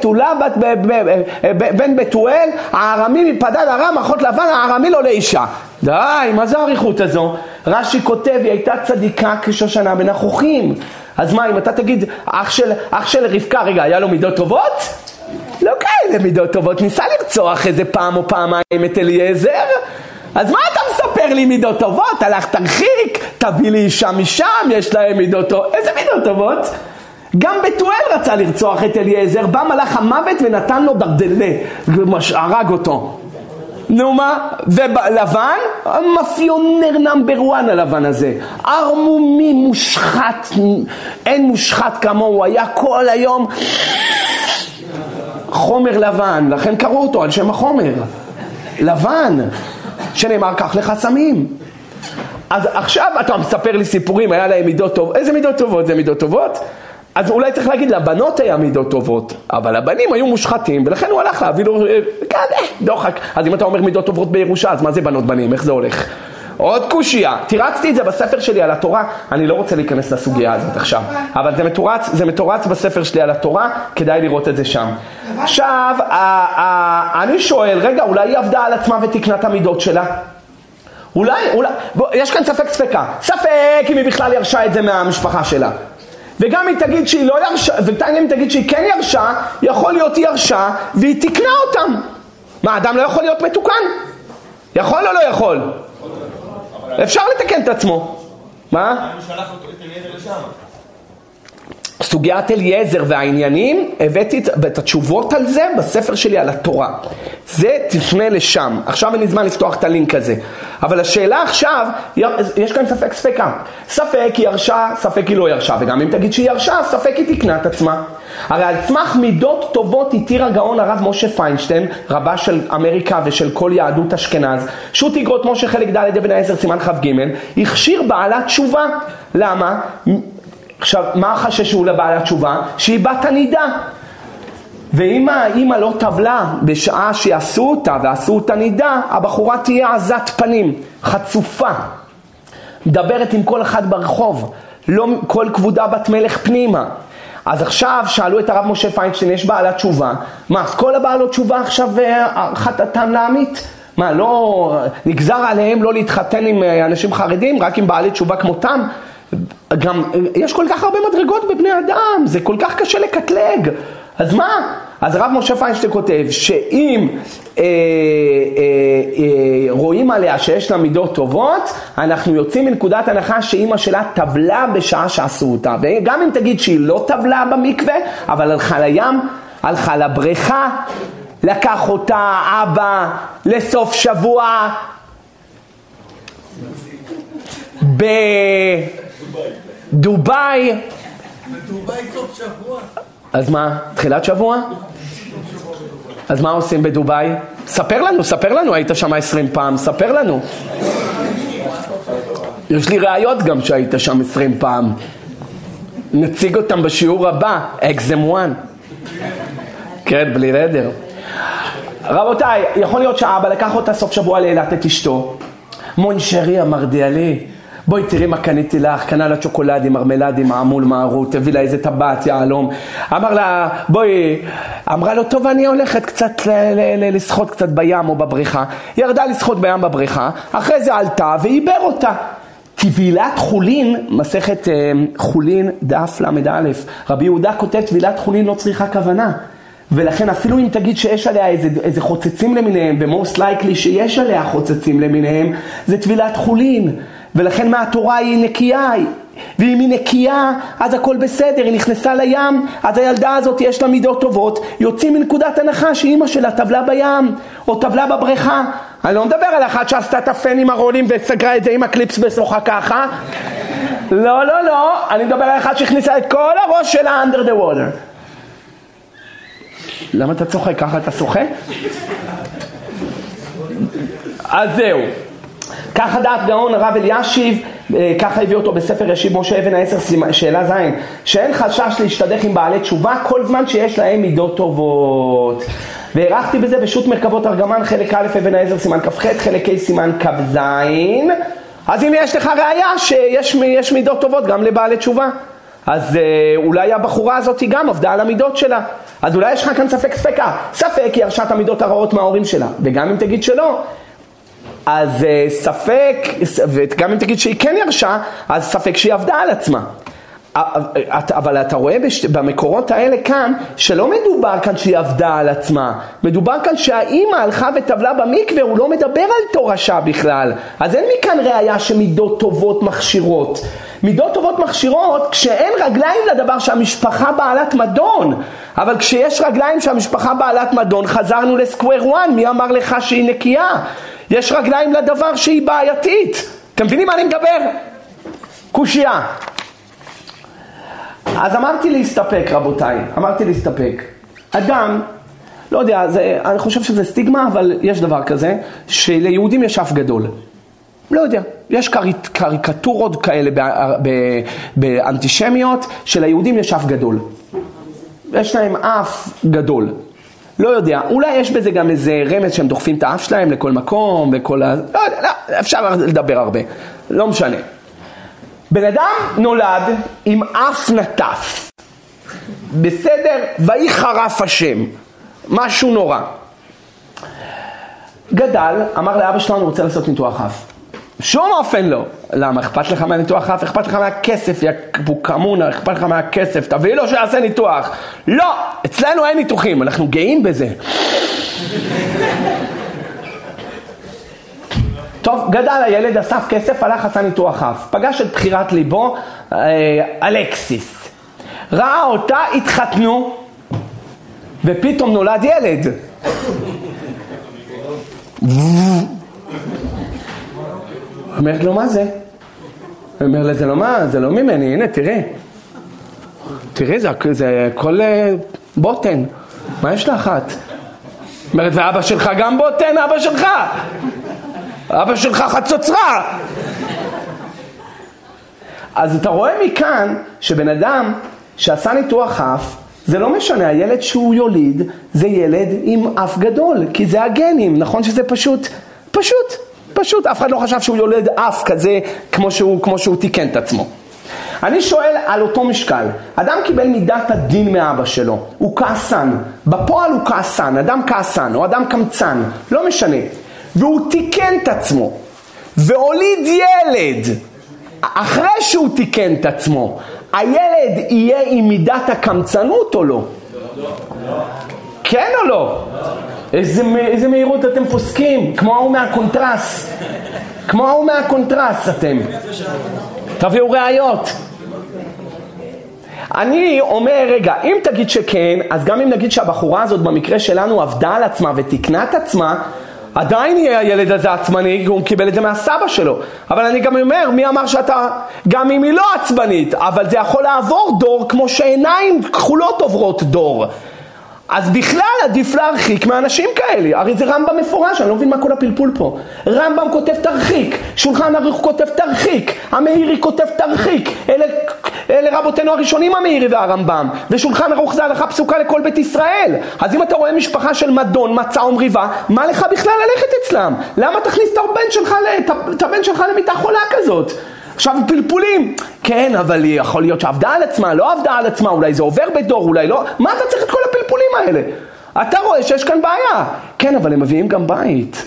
בן בתואל, הארמי מפדד ארם, אחות לבן, הארמי לא לאישה. די, מה זה העריכות הזו? רש"י כותב, היא הייתה צדיקה כשושנה בן החוכים. אז מה, אם אתה תגיד, אח של רבקה, רגע, היה לו מידות טובות? לא כאלה מידות טובות, ניסה לרצוח איזה פעם או פעמיים את אליעזר. אז מה אתה מספר לי מידות טובות? הלך תרחיק, תביא לי אישה משם, יש להם מידות טובות. איזה מידות טובות? גם בתואל רצה לרצוח את אליעזר, בא מלאך המוות ונתן לו דרדלה, הרג אותו. נו מה? ולבן, המאפיונר נאמבר 1 הלבן הזה. ערמומי, מושחת, אין מושחת כמוהו, היה כל היום חומר לבן, לכן קראו אותו על שם החומר. לבן, שנאמר כך לך סמים. אז עכשיו אתה מספר לי סיפורים, היה להם מידות טובות. איזה מידות טובות? זה מידות טובות? אז אולי צריך להגיד, לבנות היה מידות טובות, אבל הבנים היו מושחתים, ולכן הוא הלך להביא לו, דוחק. אז אם אתה אומר מידות טובות בירושה, אז מה זה בנות בנים? איך זה הולך? עוד קושיה. תירצתי את זה בספר שלי על התורה, אני לא רוצה להיכנס לסוגיה הזאת עכשיו, אבל זה מתורץ בספר שלי על התורה, כדאי לראות את זה שם. עכשיו, אני שואל, רגע, אולי היא עבדה על עצמה ותקנה את המידות שלה? אולי, יש כאן ספקה. ספק אם היא בכלל ירשה את זה מהמשפחה שלה. וגם אם תגיד שהיא לא ירשה, וגם אם תגיד שהיא כן ירשה, יכול להיות היא ירשה והיא תקנה אותם. מה, אדם לא יכול להיות מתוקן? יכול או לא יכול? אפשר לתקן את עצמו. מה? אני שלח אותו את אליעזר לשם. סוגיית אליעזר והעניינים, הבאתי את התשובות על זה בספר שלי על התורה. זה תפנה לשם. עכשיו אין לי זמן לפתוח את הלינק הזה. אבל השאלה עכשיו, יש כאן ספקה. ספק היא ירשה, ספק היא לא ירשה. וגם אם תגיד שהיא ירשה, ספק היא תקנה את עצמה. הרי על סמך מידות טובות התיר הגאון הרב משה פיינשטיין, רבה של אמריקה ושל כל יהדות אשכנז, שו"ת איגרות משה חלק ד' אבן העזר סימן כ"ג, הכשיר בעלת תשובה. למה? עכשיו, מה החשש שהוא לבעלת תשובה? שהיא בת הנידה. ואם האמא לא טבלה בשעה שיעשו אותה ועשו אותה נידה, הבחורה תהיה עזת פנים, חצופה. מדברת עם כל אחד ברחוב, לא כל כבודה בת מלך פנימה. אז עכשיו שאלו את הרב משה פיינשטיין, יש בעלת תשובה. מה, כל הבעלות תשובה עכשיו חתתם לעמית? מה, לא נגזר עליהם לא להתחתן עם אנשים חרדים, רק עם בעלי תשובה כמותם? גם יש כל כך הרבה מדרגות בבני אדם, זה כל כך קשה לקטלג. אז מה? אז הרב משה פיינשטיין כותב שאם רואים עליה שיש לה מידות טובות, אנחנו יוצאים מנקודת הנחה שאמא שלה טבלה בשעה שעשו אותה. וגם אם תגיד שהיא לא טבלה במקווה, אבל הלכה לים, הלכה לבריכה, לקח אותה אבא לסוף שבוע בדובאי. בדובאי סוף שבוע. אז מה? תחילת שבוע? אז מה עושים בדובאי? ספר לנו, היית שם 20 פעם, ספר לנו. יש לי ראיות גם שהיית שם 20 פעם. נציג אותם בשיעור הבא, אקזם 1. כן, בלי רדר. רבותיי, יכול להיות שהאבא לקח אותה סוף שבוע לאילת את אשתו. מונשרי אמרתי עלי, בואי תראי מה קניתי לך, קנה לה צ'וקולדים, מרמלדים, מעמול, מערות, תביא לה איזה טבעת, יעלום. אמר לה, בואי, אמרה לו, טוב, אני הולכת קצת לשחות קצת בים או בבריכה. ירדה לשחות בים בבריכה, אחרי זה עלתה ועיבר אותה. טבילת חולין, מסכת חולין דף למד א', רבי יהודה כותב, טבילת חולין לא צריכה כוונה. ולכן אפילו אם תגיד שיש עליה איזה חוצצים למיניהם, ב-most likely שיש עליה חוצצים למיניהם, זה טבילת חולין. ולכן מהתורה היא נקייה, ואם היא נקייה, אז הכל בסדר, היא נכנסה לים, אז הילדה הזאת יש לה מידות טובות, יוצאים מנקודת הנחה שאמא שלה טבלה בים, או טבלה בבריכה. אני לא מדבר על אחת שעשתה את הפן עם הרולים וסגרה את זה עם הקליפס בשוחה ככה. לא, אני מדבר על אחת שהכניסה את כל הראש שלה under the water. למה אתה צוחק? ככה אתה צוחק? אז זהו. ככה דעת גאון הרב אלישיב, ככה הביא אותו בספר ישיב משה אבן ה-10 שאלה ז', שאין חשש להשתדך עם בעלי תשובה כל זמן שיש להם מידות טובות. והערכתי בזה בשו"ת מרכבות ארגמן חלק א' אבן ה-10 סימן כ"ח חלק ה' סימן כ"ז. אז אם יש לך ראיה שיש מידות טובות גם לבעלי תשובה, אז אולי הבחורה הזאת גם עבדה על המידות שלה, אז אולי יש לך כאן ספק היא הרשת המידות הרעות מההורים שלה, וגם אם תגיד שלא, אז ספק, וגם אם תגיד שהיא כן ירשה, אז ספק שהיא עבדה על עצמה. אבל אתה רואה במקורות האלה כאן, שלא מדובר כאן שהיא עבדה על עצמה, מדובר כאן שהאימא הלכה וטבלה במקווה, הוא לא מדבר על תורשה בכלל. אז אין מכאן ראיה שמידות טובות מכשירות. מידות טובות מכשירות כשאין רגליים לדבר שהמשפחה בעלת מדון, אבל כשיש רגליים שהמשפחה בעלת מדון, חזרנו לסקוואר 1, מי אמר לך שהיא נקייה? יש רגליים לדבר שהיא בעייתית. אתם מבינים מה אני מדבר? קושייה. אז אמרתי להסתפק, רבותיי, אמרתי להסתפק. אדם, לא יודע, אני חושב שזה סטיגמה, אבל יש דבר כזה, שליהודים יש אף גדול. לא יודע, יש קריקטורות כאלה באנטישמיות, שליהודים יש אף גדול. יש להם אף גדול. לא יודע, אולי יש בזה גם איזה רמז שהם דוחפים את האף שלהם לכל מקום, וכל לא יודע, לא, אפשר לדבר הרבה, לא משנה. בן אדם נולד עם אף נטף, בסדר? ויהי חרף השם, משהו נורא. גדל, אמר לאבא שלנו, אני רוצה לעשות ניתוח אף. שום אופן לא. למה? אכפת לך מהניתוח אף? אכפת לך מהכסף, יא בוקמונה, אכפת לך מהכסף, תביא לו שיעשה ניתוח. לא, אצלנו אין ניתוחים, אנחנו גאים בזה. טוב, גדל הילד, אסף כסף, הלך עשה ניתוח אף. פגש את בחירת ליבו, אלכסיס. ראה אותה, התחתנו, ופתאום נולד ילד. אומרת לו, מה זה? אומר לה, זה לא מה? זה לא ממני, הנה, תראי, זה הכל בוטן. מה יש לך את? אומרת, ואבא שלך גם בוטן, אבא שלך. אבא שלך חצוצרה. אז אתה רואה מכאן שבן אדם שעשה ניתוח אף, זה לא משנה, הילד שהוא יוליד זה ילד עם אף גדול, כי זה הגנים, נכון שזה פשוט, אף אחד לא חשב שהוא יולד אף כזה כמו שהוא תיקן את עצמו. אני שואל על אותו משקל, אדם קיבל מידת הדין מאבא שלו, הוא כעסן, בפועל הוא כעסן, אדם כעסן או אדם קמצן, לא משנה, והוא תיקן את עצמו, והוליד ילד, אחרי שהוא תיקן את עצמו, הילד יהיה עם מידת הקמצנות או לא? כן או לא? איזה מהירות אתם פוסקים, כמו ההוא מהקונטרס, אתם. תביאו ראיות. אני אומר, רגע, אם תגיד שכן, אז גם אם נגיד שהבחורה הזאת במקרה שלנו עבדה על עצמה ותקנה את עצמה, עדיין יהיה הילד הזה עצמני, הוא קיבל את זה מהסבא שלו. אבל אני גם אומר, מי אמר שאתה, גם אם היא לא עצבנית, אבל זה יכול לעבור דור כמו שעיניים כחולות עוברות דור. אז בכלל עדיף להרחיק מאנשים כאלה. הרי זה רמב"ם מפורש, אני לא מבין מה כל הפלפול פה. רמב"ם כותב תרחיק, שולחן ערוך כותב תרחיק, המאירי כותב תרחיק. אלה רבותינו הראשונים, המאירי והרמב"ם. ושולחן ערוך זה הלכה פסוקה לכל בית ישראל. אז אם אתה רואה משפחה של מדון, מצה או מריבה, מה לך בכלל ללכת אצלם? למה תכניס את הבן שלך למיטה חולה כזאת? עכשיו פלפולים, כן, אבל יכול להיות שעבדה על עצמה, לא עבדה על עצמה, אולי זה עובר בדור, אולי לא, מה אתה צריך את כל הפלפולים האלה? אתה רואה שיש כאן בעיה. כן, אבל הם מביאים גם בית.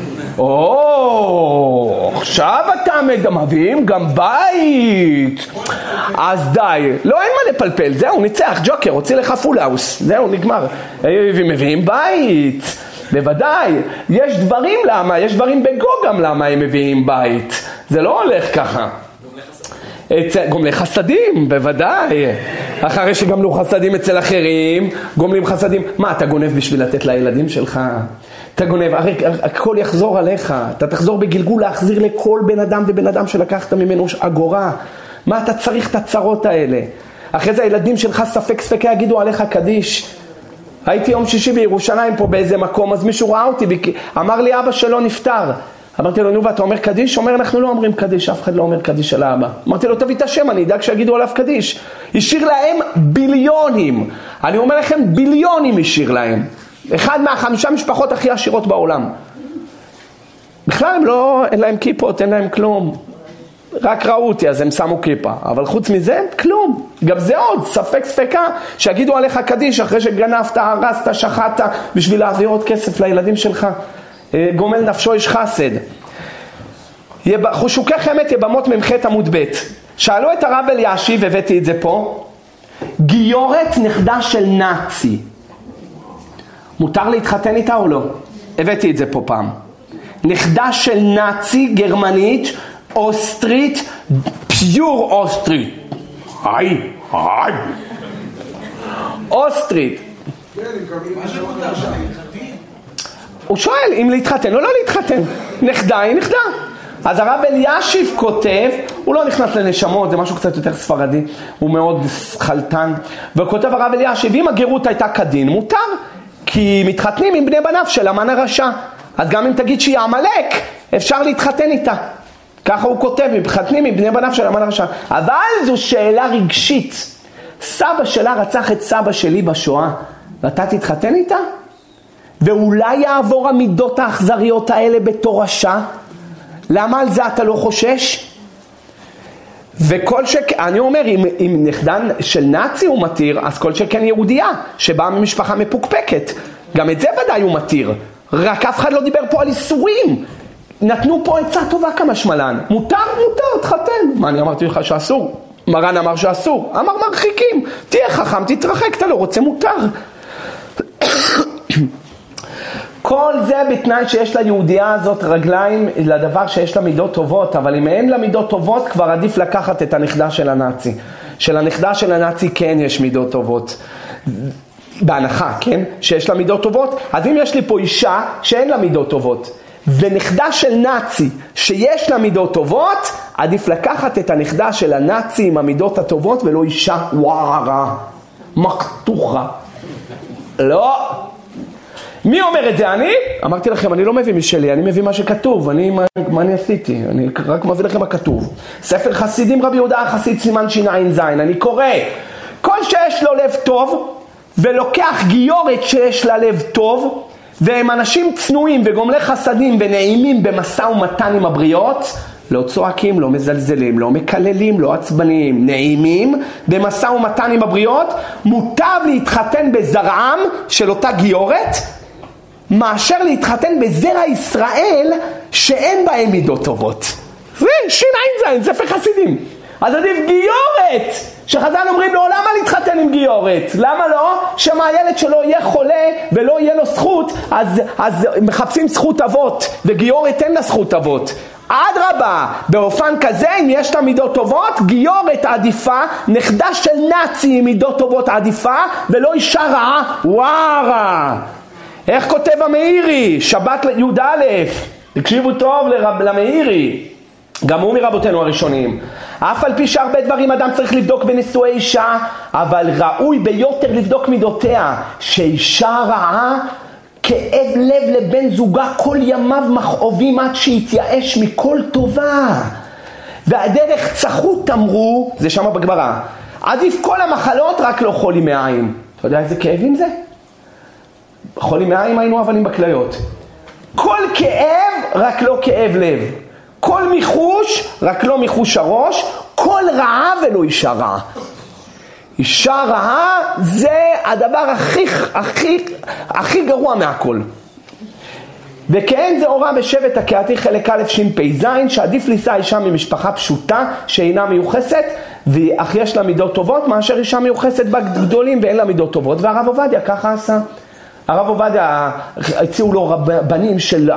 עכשיו אתה מביאים גם בית. אז די, לא, אין מה לפלפל, זהו, ניצח, ג'וקר, הוציא לך פולאוס, זהו, נגמר. הם מביאים בית. בוודאי, יש דברים למה, יש דברים בגו גם למה הם מביאים בית. זה לא הולך ככה. גומלי חסדים, בוודאי. אחרי שגמלו חסדים אצל אחרים, גומלים חסדים. מה, אתה גונב בשביל לתת לילדים שלך? אתה גונב, הרי הכל יחזור עליך. אתה תחזור בגלגול להחזיר לכל בן אדם ובן אדם שלקחת ממנו אגורה. מה אתה צריך את הצרות האלה? אחרי זה הילדים שלך ספק יגידו עליך קדיש. הייתי יום שישי בירושלים פה באיזה מקום, אז מישהו ראה אותי, אמר לי אבא שלו נפטר. אמרתי לו, נו, ואתה אומר קדיש? אומר, אנחנו לא אומרים קדיש, אף אחד לא אומר קדיש על האבא. אמרתי לו, תביא את השם, אני אדאג שיגידו עליו קדיש. השאיר להם ביליונים. אני אומר לכם, ביליונים השאיר להם. אחד מה5 משפחות הכי עשירות בעולם. בכלל הם לא, אין להם כיפות, אין להם כלום. רק ראו אותי, אז הם שמו כיפה. אבל חוץ מזה, כלום. גם זה עוד, ספק ספקה, שיגידו עליך קדיש אחרי שגנבת, הרסת, שחטת, בשביל להעביר עוד כסף לילדים שלך. גומל נפשו איש חסד. חושוקי חמת יבמות ממח עמוד ב'. שאלו את הרב אלישיב, הבאתי את זה פה, גיורת נכדה של נאצי. מותר להתחתן איתה או לא? הבאתי את זה פה פעם. נכדה של נאצי גרמנית, אוסטרית, פיור אוסטרית. היי. אוסטרית. הוא שואל אם להתחתן או לא להתחתן. נכדה היא נכדה. אז הרב אלישיב כותב, הוא לא נכנס לנשמות, זה משהו קצת יותר ספרדי, הוא מאוד חלטן, וכותב הרב אלישיב, אם הגרות הייתה כדין, מותר, כי מתחתנים עם בני בניו של המן הרשע. אז גם אם תגיד שהיא עמלק, אפשר להתחתן איתה. ככה הוא כותב, מתחתנים עם בני בניו של המן הרשע. אבל זו שאלה רגשית. סבא שלה רצח את סבא שלי בשואה, ואתה תתחתן איתה? ואולי יעבור המידות האכזריות האלה בתורשה? למה על זה אתה לא חושש? וכל אני אומר, אם נכדן של נאצי הוא מתיר, אז כל שכן יהודייה, שבאה ממשפחה מפוקפקת. גם את זה ודאי הוא מתיר. רק אף אחד לא דיבר פה על איסורים. נתנו פה עצה טובה כמשמלן. מותר, תחתן. מה, אני אמרתי לך שאסור? מרן אמר שאסור. אמר מרחיקים. תהיה חכם, תתרחק, אתה לא רוצה, מותר. כל זה בתנאי שיש ליהודייה הזאת רגליים לדבר שיש לה מידות טובות, אבל אם אין לה מידות טובות, כבר עדיף לקחת את הנכדה של הנאצי. של הנכדה של הנאצי כן יש מידות טובות. בהנחה, כן? שיש לה מידות טובות. אז אם יש לי פה אישה שאין לה מידות טובות, ונכדה של נאצי שיש לה מידות טובות, עדיף לקחת את הנכדה של הנאצי עם המידות הטובות, ולא אישה ווארה, מקטוחה. לא. מי אומר את זה? אני? אמרתי לכם, אני לא מביא משלי, אני מביא מה שכתוב. מה אני עשיתי? אני רק מביא לכם מה כתוב. ספר חסידים רבי יהודה החסיד סימן ש"ז. אני קורא, כל שיש לו לב טוב, ולוקח גיורת שיש לה לב טוב, והם אנשים צנועים וגומלי חסדים ונעימים במשא ומתן עם הבריות, לא צועקים, לא מזלזלים, לא מקללים, לא עצבניים, נעימים במשא ומתן עם הבריות, מוטב להתחתן בזרעם של אותה גיורת, מאשר להתחתן בזרע ישראל שאין בהם מידות טובות. זה ש"ז, ספר חסידים. אז עדיף גיורת, שחז"ל אומרים לו, למה להתחתן עם גיורת? למה לא? שמה הילד שלו יהיה חולה ולא יהיה לו זכות, אז מחפשים זכות אבות, וגיורת אין לה זכות אבות. אדרבה, באופן כזה, אם יש לה מידות טובות, גיורת עדיפה, נכדה של נאצי עם מידות טובות עדיפה, ולא אישה רעה, ווארה. איך כותב המאירי? שבת י"א, תקשיבו טוב למאירי, גם הוא מרבותינו הראשונים. אף על פי שהרבה דברים אדם צריך לבדוק בנישואי אישה, אבל ראוי ביותר לבדוק מידותיה, שאישה רעה כאב לב לבן זוגה כל ימיו מכאובים עד שיתייאש מכל טובה. והדרך צחות אמרו, זה שמה בגמרא, עדיף כל המחלות רק לא חולי מעיים. אתה יודע איזה כאבים זה? חולי מעיים היינו הבלים בכליות. כל כאב רק לא כאב לב. כל מיחוש רק לא מיחוש הראש. כל רעה ולא אישה רעה. אישה רעה זה הדבר הכי גרוע מהכל. וכן זה הוראה בשבט הקהתי חלק א' ש"פ ז', שעדיף לישא אישה ממשפחה פשוטה שאינה מיוחסת, אך יש לה מידות טובות, מאשר אישה מיוחסת בגדולים ואין לה מידות טובות. והרב עובדיה ככה עשה. הרב עובדיה הציעו לו בנים של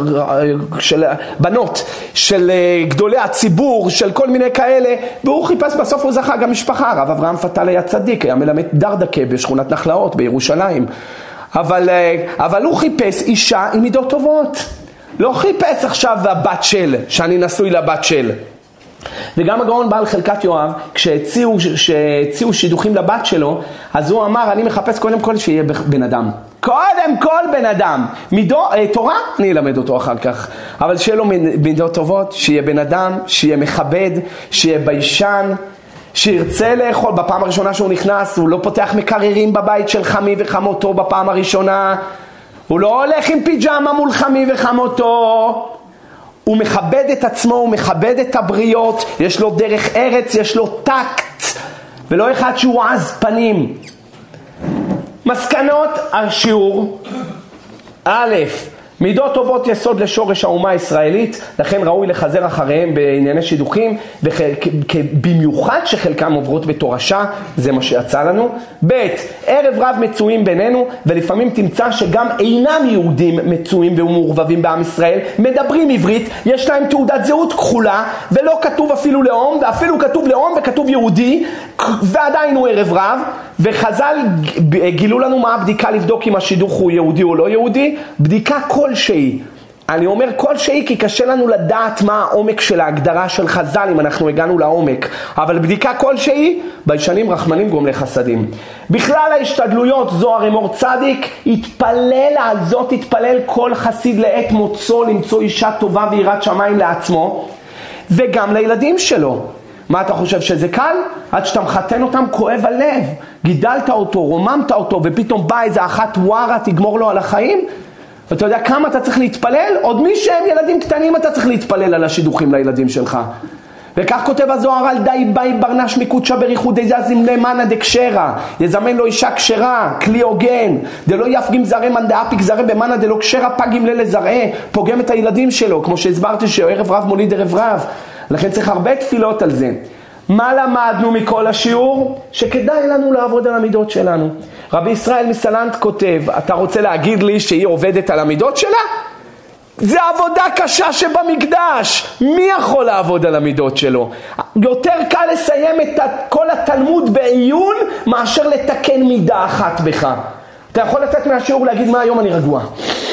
בנות של גדולי הציבור, של כל מיני כאלה, והוא חיפש, בסוף הוא זכה גם משפחה. הרב אברהם פתל היה צדיק, היה מלמד דרדקה בשכונת נחלאות בירושלים, אבל הוא חיפש אישה עם מידות טובות. לא חיפש עכשיו הבת של, שאני נשוי לבת של. וגם הגאון בעל חלקת יואב, כשהציעו שידוכים לבת שלו, אז הוא אמר, אני מחפש קודם כל שיהיה בן אדם. קודם כל בן אדם. תורה, אני אלמד אותו אחר כך. אבל שיהיה לו מידות טובות, שיהיה בן אדם, שיהיה מכבד, שיהיה ביישן, שירצה לאכול. בפעם הראשונה שהוא נכנס, הוא לא פותח מקררים בבית של חמי וחמותו בפעם הראשונה. הוא לא הולך עם פיג'מה מול חמי וחמותו. הוא מכבד את עצמו, הוא מכבד את הבריות, יש לו דרך ארץ, יש לו טקט, ולא אחד שהוא עז פנים. מסקנות השיעור: א', מידות טובות יסוד לשורש האומה הישראלית, לכן ראוי לחזר אחריהם בענייני שידוכים, במיוחד שחלקם עוברות בתורשה, זה מה שיצא לנו. ב', ערב רב מצויים בינינו, ולפעמים תמצא שגם אינם יהודים מצויים ומעורבבים בעם ישראל, מדברים עברית, יש להם תעודת זהות כחולה, ולא כתוב אפילו לאום, ואפילו כתוב לאום וכתוב יהודי, ועדיין הוא ערב רב. וחז"ל גילו לנו מה הבדיקה לבדוק אם השידוך הוא יהודי או לא יהודי. בדיקה כלשהי, אני אומר כלשהי כי קשה לנו לדעת מה העומק של ההגדרה של חז"ל אם אנחנו הגענו לעומק, אבל בדיקה כלשהי, ביישנים רחמנים גומלי חסדים. בכלל ההשתדלויות, זוהר אמור צדיק, התפלל על זאת, התפלל כל חסיד לעת מוצאו למצוא אישה טובה ויראת שמיים לעצמו וגם לילדים שלו. מה אתה חושב שזה קל? עד שאתה מחתן אותם כואב הלב, גידלת אותו, רוממת אותו ופתאום בא איזה אחת ווארה תגמור לו על החיים. ואתה יודע כמה אתה צריך להתפלל? עוד מי שהם ילדים קטנים אתה צריך להתפלל על השידוכים לילדים שלך. וכך כותב הזוהר על די באי ברנש מקודשה בריחוד דזזים למנה דקשרה, יזמן לו אישה קשרה, כלי הוגן, דלא יפגים זרה מן דאפיק זרה במנה דלא קשרה פגים לזרעה, פוגם את הילדים שלו, כמו שהסברתי שערב רב מוליד ערב רב. לכן צריך הרבה תפילות על זה. מה למדנו מכל השיעור? שכדאי לנו לעבוד על המידות שלנו. רבי ישראל מסלנט כותב, אתה רוצה להגיד לי שהיא עובדת על המידות שלה? זה עבודה קשה שבמקדש. מי יכול לעבוד על המידות שלו? יותר קל לסיים את כל התלמוד בעיון מאשר לתקן מידה אחת בך. אתה יכול לתת מהשיעור להגיד מה היום אני רגוע.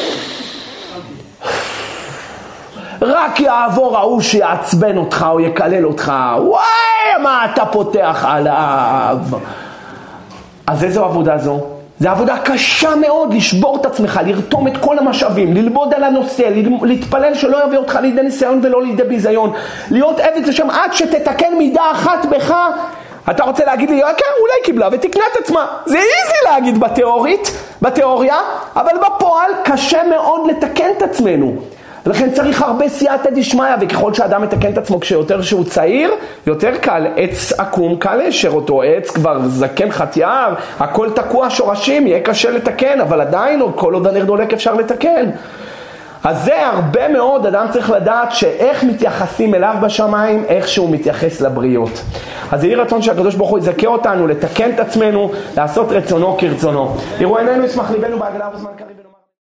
רק יעבור ההוא שיעצבן אותך או יקלל אותך, וואי מה אתה פותח עליו. אז איזו עבודה זו? זו עבודה קשה מאוד, לשבור את עצמך, לרתום את כל המשאבים, ללמוד על הנושא, להתפלל שלא יביא אותך לידי ניסיון ולא לידי ביזיון, להיות עבד לשם עד שתתקן מידה אחת בך. אתה רוצה להגיד לי, כן, אולי קיבלה ותקנה את עצמה. זה איזי להגיד בתיאוריה, אבל בפועל קשה מאוד לתקן את עצמנו. ולכן צריך הרבה סייעתא דשמיא, וככל שאדם מתקן את עצמו כשיותר שהוא צעיר, יותר קל. עץ עקום קל לאשר אותו, עץ כבר זקן חתיאר, הכל תקוע שורשים, יהיה קשה לתקן, אבל עדיין כל עוד הנר דולק אפשר לתקן. אז זה הרבה מאוד, אדם צריך לדעת שאיך מתייחסים אליו בשמיים, איך שהוא מתייחס לבריות. אז יהי רצון שהקדוש ברוך הוא יזכה אותנו לתקן את עצמנו, לעשות רצונו כרצונו. יראו עינינו ישמח ליבנו בהגלה ובזמן קריב.